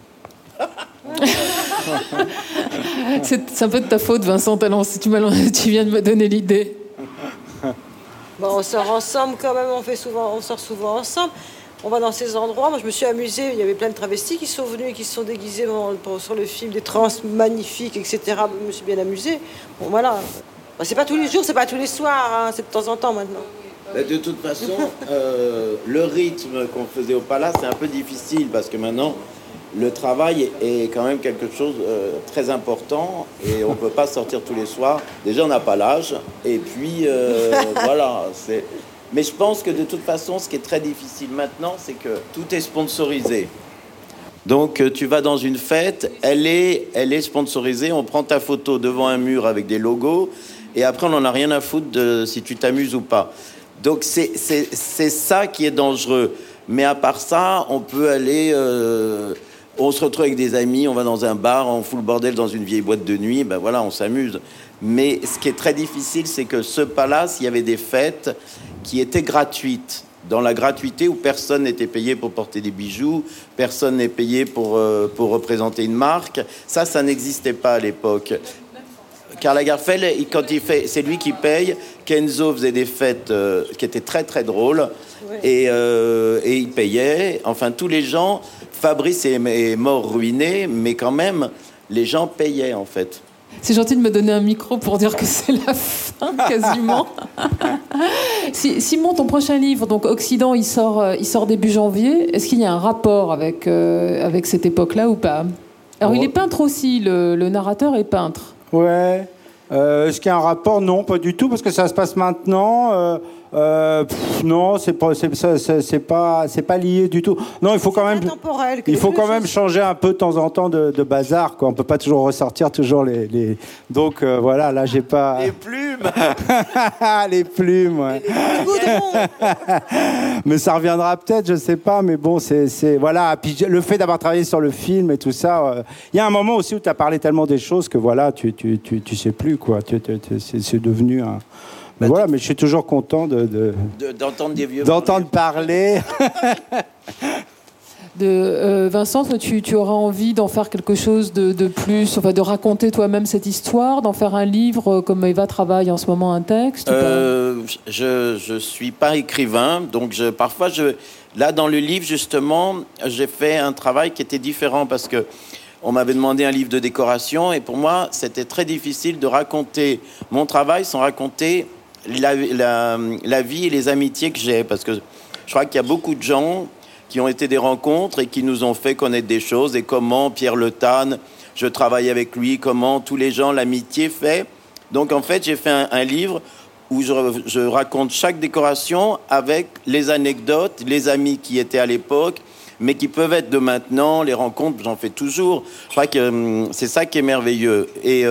Speaker 3: C'est un peu de ta faute, Vincent Talon, si tu viens de me donner l'idée.
Speaker 6: On sort ensemble quand même, on sort souvent ensemble. On va dans ces endroits. Moi, je me suis amusée. Il y avait plein de travestis qui sont venus et qui se sont déguisés sur le film, des trans magnifiques, etc. Je me suis bien amusée. Bon, voilà. C'est pas tous les jours, c'est pas tous les soirs, hein. C'est de temps en temps maintenant.
Speaker 2: De toute façon, le rythme qu'on faisait au Palace, c'est un peu difficile parce que maintenant, le travail est quand même quelque chose de très important et on ne peut pas sortir tous les soirs. Déjà, on n'a pas l'âge. Et puis, voilà. Mais je pense que de toute façon, ce qui est très difficile maintenant, c'est que tout est sponsorisé. Donc, tu vas dans une fête, elle est sponsorisée, on prend ta photo devant un mur avec des logos et après, on n'en a rien à foutre de si tu t'amuses ou pas. Donc, c'est ça qui est dangereux. Mais à part ça, on peut aller... on se retrouve avec des amis, on va dans un bar, on fout le bordel dans une vieille boîte de nuit, ben voilà, on s'amuse. Mais ce qui est très difficile, c'est que ce palace, il y avait des fêtes qui étaient gratuites. Dans la gratuité où personne n'était payé pour porter des bijoux, personne n'est payé pour représenter une marque. Ça n'existait pas à l'époque. Karl Lagerfeld, c'est lui qui paye. Kenzo faisait des fêtes qui étaient très très drôles et il payait. Enfin, tous les gens. Fabrice est mort ruiné, mais quand même, les gens payaient en fait.
Speaker 3: C'est gentil de me donner un micro pour dire que c'est la fin, quasiment. Simon, ton prochain livre, donc Occident, il sort début janvier. Est-ce qu'il y a un rapport avec cette époque-là ou pas? Alors, il est peintre aussi, le narrateur est peintre.
Speaker 7: Ouais. Est-ce qu'il y a un rapport? Non, pas du tout, parce que ça se passe maintenant. Non, c'est pas lié du tout. Non, il faut quand même changer un peu de temps en temps de bazar, quoi. On peut pas toujours ressortir les... Donc voilà, là j'ai pas
Speaker 2: les plumes.
Speaker 7: Les plumes, ouais. Mais ça reviendra peut-être, je sais pas, mais bon, c'est voilà, puis le fait d'avoir travaillé sur le film et tout ça, il y a un moment aussi où tu as parlé tellement des choses que voilà, tu sais plus, quoi. C'est devenu un... Mais voilà, mais je suis toujours content
Speaker 2: d'entendre des vieux
Speaker 7: parler.
Speaker 3: Vincent, tu auras envie d'en faire quelque chose de plus, enfin de raconter toi-même cette histoire, d'en faire un livre comme Eva travaille en ce moment un texte
Speaker 2: je suis pas écrivain, donc parfois là dans le livre justement, j'ai fait un travail qui était différent parce que on m'avait demandé un livre de décoration et pour moi, c'était très difficile de raconter mon travail sans raconter la vie et les amitiés que j'ai. Parce que je crois qu'il y a beaucoup de gens qui ont été des rencontres et qui nous ont fait connaître des choses. Et comment Pierre Le Tann, je travaille avec lui, comment tous les gens, l'amitié fait. Donc en fait, j'ai fait un livre où je raconte chaque décoration avec les anecdotes, les amis qui étaient à l'époque, mais qui peuvent être de maintenant, les rencontres, j'en fais toujours. Je crois que c'est ça qui est merveilleux. Et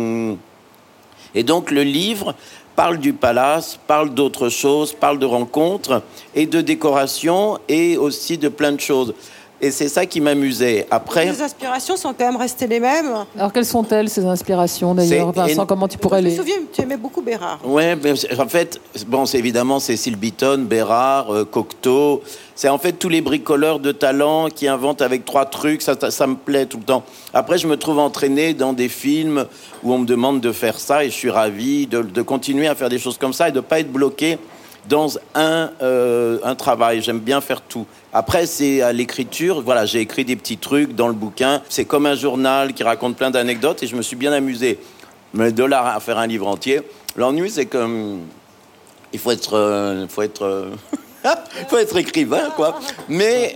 Speaker 2: donc le livre parle du palace, parle d'autres choses, parle de rencontres et de décoration et aussi de plein de choses. Et c'est ça qui m'amusait. Après,
Speaker 6: les inspirations sont quand même restées les mêmes.
Speaker 3: Alors quelles sont-elles ces inspirations d'ailleurs, Vincent? Comment tu pourrais les...
Speaker 6: Je me souviens, tu aimais beaucoup Bérard.
Speaker 2: Ouais, en fait, bon, c'est évidemment Cécile Beaton, Bérard, Cocteau. C'est en fait tous les bricoleurs de talent qui inventent avec 3 trucs. Ça me plaît tout le temps. Après, je me trouve entraîné dans des films où on me demande de faire ça et je suis ravi de continuer à faire des choses comme ça et de pas être bloqué dans un travail. J'aime bien faire tout. Après, c'est à l'écriture. Voilà, j'ai écrit des petits trucs dans le bouquin. C'est comme un journal qui raconte plein d'anecdotes et je me suis bien amusé. Mais de là à faire un livre entier, l'ennui, c'est que il faut être écrivain, quoi. Mais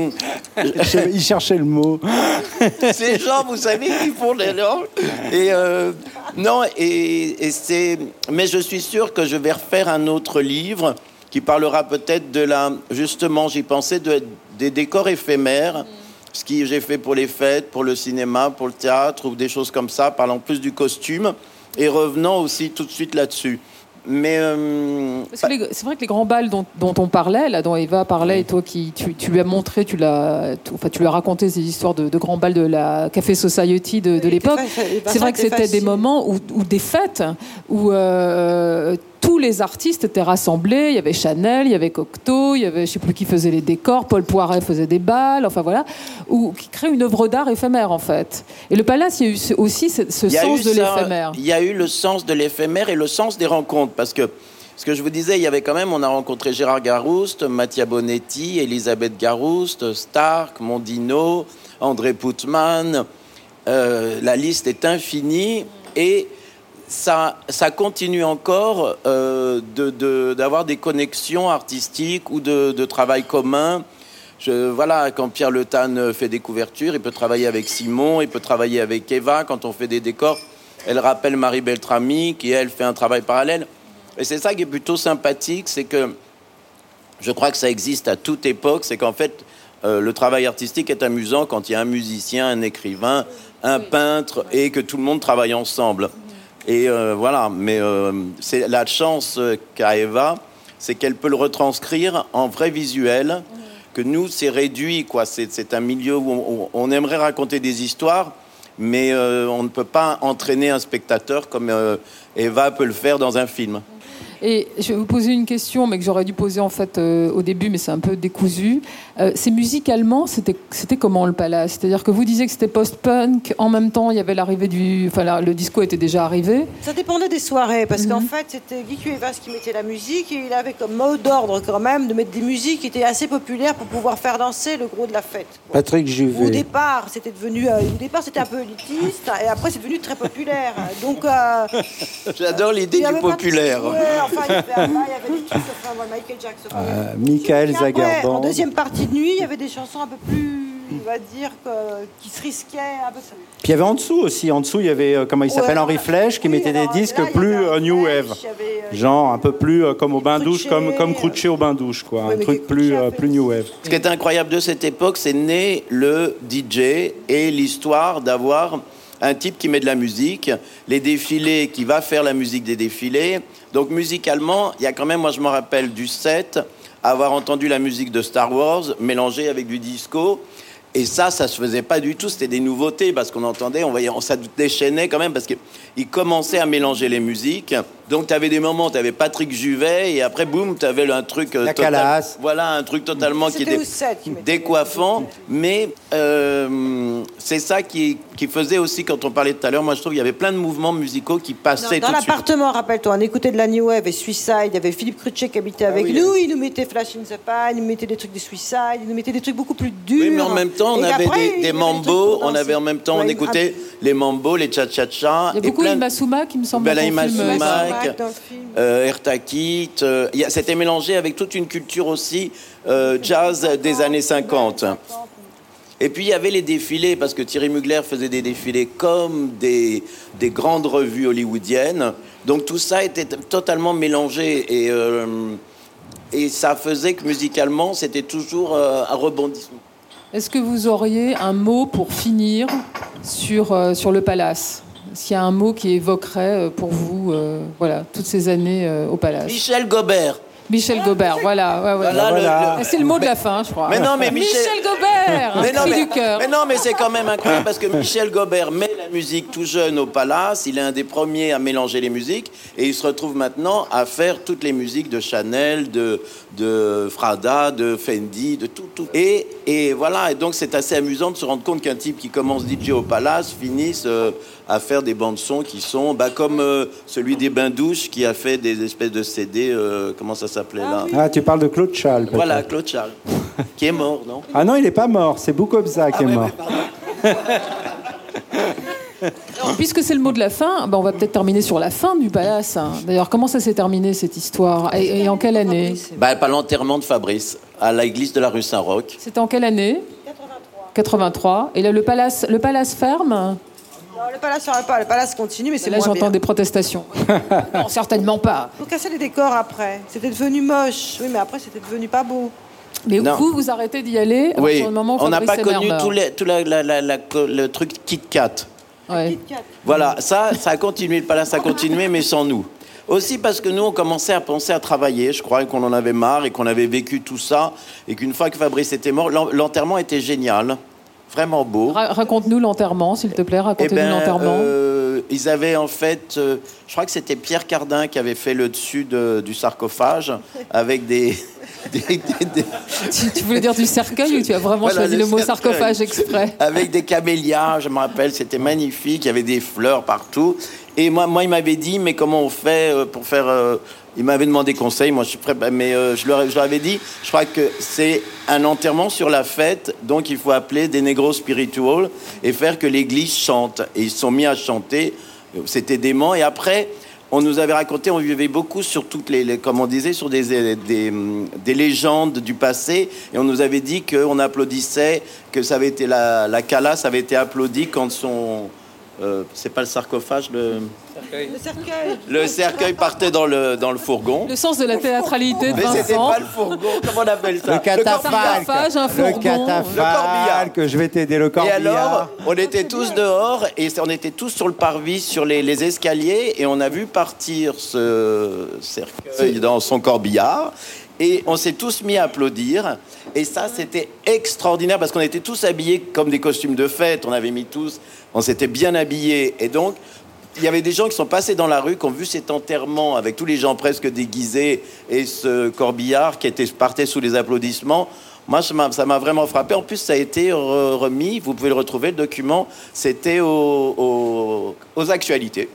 Speaker 7: il cherchait le mot.
Speaker 2: Ces gens, vous savez, qui font les langues. Et non, et c'est. Mais je suis sûr que je vais refaire un autre livre qui parlera peut-être justement, j'y pensais, des décors éphémères. Ce que j'ai fait pour les fêtes, pour le cinéma, pour le théâtre, ou des choses comme ça, parlant plus du costume, et revenant aussi tout de suite là-dessus. Mais
Speaker 3: c'est vrai que les grands bals dont on parlait, là, dont Eva parlait, et toi tu lui as montré, tu lui as raconté ces histoires de grands bals de la Café Society de l'époque. C'est vrai que c'était des moments où des fêtes où tous les artistes étaient rassemblés. Il y avait Chanel, il y avait Cocteau, il y avait je sais plus qui faisait les décors, Paul Poiret faisait des balles, enfin voilà, qui crée une œuvre d'art éphémère en fait. Et le Palace, il y a eu aussi ce sens de l'éphémère.
Speaker 2: Il y a eu le sens de l'éphémère et le sens des rencontres, parce que Ce que je vous disais, il y avait quand même, on a rencontré Gérard Garouste, Mattia Bonetti, Elisabeth Garouste, Stark, Mondino, André Putman. La liste est infinie et ça continue encore d'avoir des connexions artistiques ou de travail commun. Voilà, quand Pierre Le Tan fait des couvertures, il peut travailler avec Simon, il peut travailler avec Eva. Quand on fait des décors, elle rappelle Marie Beltrami, qui elle fait un travail parallèle. Et c'est ça qui est plutôt sympathique, c'est que je crois que ça existe à toute époque, c'est qu'en fait, le travail artistique est amusant quand il y a un musicien, un écrivain, un peintre et que tout le monde travaille ensemble. Et voilà, mais c'est la chance qu'a Eva, c'est qu'elle peut le retranscrire en vrai visuel, que nous, c'est réduit, quoi. C'est un milieu où on aimerait raconter des histoires, mais on ne peut pas entraîner un spectateur comme Eva peut le faire dans un film.
Speaker 3: Et je vais vous poser une question, mais que j'aurais dû poser en fait au début, mais c'est un peu décousu. C'est musicalement, c'était comment le Palace? C'est-à-dire que vous disiez que c'était post-punk, en même temps il y avait l'arrivée le disco était déjà arrivé.
Speaker 6: Ça dépendait des soirées, parce qu'en fait c'était Guy Cuevas qui mettait la musique et il avait comme mot d'ordre quand même de mettre des musiques qui étaient assez populaires pour pouvoir faire danser le gros de la fête.
Speaker 7: Patrick Juvet.
Speaker 6: Au départ c'était un peu élitiste et après c'est devenu très populaire. Donc
Speaker 2: j'adore l'idée du populaire.
Speaker 6: Enfin, il y avait des trucs, Michael Jackson.
Speaker 7: Michael Zagarban.
Speaker 6: En deuxième partie de nuit, il y avait des chansons un peu plus, on va dire, qui se risquaient un peu.
Speaker 7: Puis il y avait en dessous aussi. En dessous, il y avait, comment il s'appelle, Henri Flèche, qui mettait des disques plus New Wave. Genre un peu plus comme au bain-douche, comme Crouché au bain-douche, quoi. Un truc plus New Wave.
Speaker 2: Ce qui est incroyable de cette époque, c'est né le DJ et l'histoire d'avoir un type qui met de la musique, les défilés, qui va faire la musique des défilés. Donc musicalement, il y a quand même, moi je me rappelle du set, avoir entendu la musique de Star Wars mélangée avec du disco. Et ça se faisait pas du tout. C'était des nouveautés parce qu'on entendait, ça déchaînait quand même parce qu'il commençait à mélanger les musiques. Donc tu avais des moments, tu avais Patrick Juvet et après boum, tu avais un truc un truc totalement qui était décoiffant. Mais c'est ça qui faisait aussi, quand on parlait tout à l'heure, moi je trouve qu'il y avait plein de mouvements musicaux qui passaient.
Speaker 6: Dans l'appartement, rappelle-toi, on écoutait de la New Wave et Suicide. Il y avait Philippe Cruchet qui habitait avec nous. Il nous mettait Flash in the Pan, il nous mettait des trucs de Suicide, il nous mettait des trucs beaucoup plus durs.
Speaker 2: Oui, mais en même temps, on avait des mambos. On avait en même temps, on écoutait les mambos, les cha-cha-cha.
Speaker 3: Il y a beaucoup Ima Souma qui me semble.
Speaker 2: Ima Souma, Ertakit. C'était mélangé avec toute une culture aussi jazz des années 50. Et puis il y avait les défilés, parce que Thierry Mugler faisait des défilés comme des grandes revues hollywoodiennes. Donc tout ça était totalement mélangé et ça faisait que musicalement c'était toujours un rebondissement.
Speaker 3: Est-ce que vous auriez un mot pour finir sur le Palace? S'il y a un mot qui évoquerait pour vous toutes ces années au Palace?
Speaker 2: Michel Gobert.
Speaker 3: Michel Gobert, voilà.
Speaker 2: Voilà.
Speaker 3: C'est le mot de la fin, je crois.
Speaker 2: Mais non, mais
Speaker 3: Michel Gobert, cri du cœur.
Speaker 2: Mais non, mais c'est quand même incroyable parce que Michel Gobert met la musique tout jeune au Palace. Il est un des premiers à mélanger les musiques et il se retrouve maintenant à faire toutes les musiques de Chanel, de Frada, de Fendi, de tout. Et voilà. Et donc c'est assez amusant de se rendre compte qu'un type qui commence DJ au Palace finisse à faire des bandes-sons qui sont comme celui des Bains-Douches qui a fait des espèces de CD, comment ça s'appelait là?
Speaker 7: Ah, tu parles de Claude Charles, peut-être.
Speaker 2: Voilà, Claude Charles, qui est mort, non?
Speaker 7: Ah non, il n'est pas mort, c'est Boukobza qui est mort.
Speaker 3: Alors, puisque c'est le mot de la fin, on va peut-être terminer sur la fin du Palace. D'ailleurs, comment ça s'est terminé, cette histoire? Et en quelle année?
Speaker 2: Par l'enterrement de Fabrice, à l'église de la rue Saint-Roch.
Speaker 3: C'était en quelle année? 83. Et là, le Palace ferme?
Speaker 6: Non, le Palace ne pas. Le Palace continue, mais c'est
Speaker 3: là,
Speaker 6: moins
Speaker 3: j'entends
Speaker 6: bien.
Speaker 3: Des protestations. Non, certainement pas.
Speaker 6: Il faut casser les décors après. C'était devenu moche. Oui, mais après, c'était devenu pas beau.
Speaker 3: Mais vous arrêtez d'y aller
Speaker 2: oui.
Speaker 3: Au moment où
Speaker 2: on n'a pas connu le truc Kit Kat.
Speaker 3: Ouais.
Speaker 2: Voilà, ça a continué, le Palace a continué, mais sans nous. Aussi parce que nous, on commençait à penser à travailler. Je crois qu'on en avait marre et qu'on avait vécu tout ça. Et qu'une fois que Fabrice était mort, l'enterrement était génial. Vraiment beau.
Speaker 3: Raconte-nous l'enterrement, s'il te plaît. Racontez-nous l'enterrement.
Speaker 2: Ils avaient en fait, je crois que c'était Pierre Cardin qui avait fait le dessus du sarcophage avec des
Speaker 3: Tu voulais dire du cercueil ou tu as vraiment choisi le mot sarcophage exprès?
Speaker 2: Avec des camélias, je me rappelle, c'était magnifique, il y avait des fleurs partout. Et moi il m'avait dit, mais comment on fait pour faire... il m'avait demandé conseil, moi je suis prêt, mais je leur avais dit, je crois que c'est un enterrement sur la fête, donc il faut appeler des négros spirituals et faire que l'église chante. Et ils se sont mis à chanter, c'était dément. Et après... on nous avait raconté, on vivait beaucoup sur toutes comme on disait, sur des légendes du passé. Et on nous avait dit qu'on applaudissait, que ça avait été la calasse avait été applaudie quand son... c'est pas le sarcophage, le cercueil partait dans le fourgon.
Speaker 3: Le sens de la théâtralité de
Speaker 2: Mais
Speaker 3: Vincent.
Speaker 2: c'était pas le fourgon, comment on appelle ça?
Speaker 7: Le catafalque.
Speaker 3: Le
Speaker 7: Catafalque, que je vais t'aider, le corbillard.
Speaker 2: Et alors, on était tous dehors et on était tous sur le parvis, sur les escaliers, et on a vu partir ce cercueil dans son corbillard. Et on s'est tous mis à applaudir. Et ça, c'était extraordinaire parce qu'on était tous habillés comme des costumes de fête. On s'était bien habillés. Et donc, il y avait des gens qui sont passés dans la rue, qui ont vu cet enterrement avec tous les gens presque déguisés et ce corbillard qui partait sous les applaudissements. Moi, ça m'a vraiment frappé. En plus, ça a été remis. Vous pouvez le retrouver, le document. C'était aux actualités.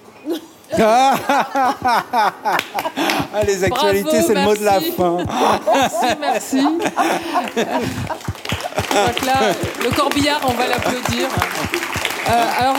Speaker 7: Les actualités,
Speaker 3: bravo,
Speaker 7: c'est le mot de la fin.
Speaker 3: Merci. Donc là, le corbillard, on va l'applaudir. Alors,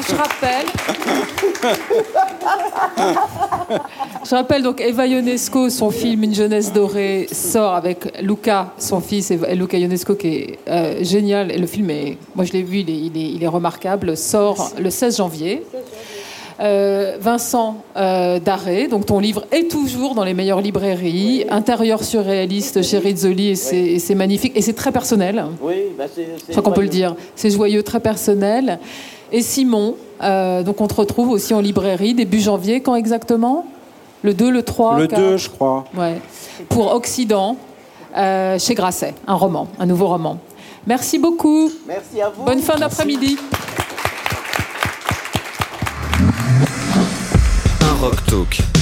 Speaker 3: je rappelle donc Eva Ionesco, son film Une jeunesse dorée sort avec Luca, son fils, et Luca Ionesco qui est génial. Et le film moi je l'ai vu, il est remarquable. Sort le 16 janvier. Vincent Darré, donc ton livre est toujours dans les meilleures librairies. Intérieur surréaliste chez Rizzoli, et c'est magnifique et c'est très personnel.
Speaker 2: Oui, c'est
Speaker 3: je crois qu'on peut le dire. C'est joyeux, très personnel. Et Simon, donc on te retrouve aussi en librairie début janvier. Quand exactement? Le 2, le 3?
Speaker 7: Le 2, je crois.
Speaker 3: Ouais. Pour Occident, chez Grasset, un nouveau roman. Merci beaucoup.
Speaker 2: Merci à vous.
Speaker 3: Bonne fin d'après-midi.
Speaker 1: Un Rock Talk.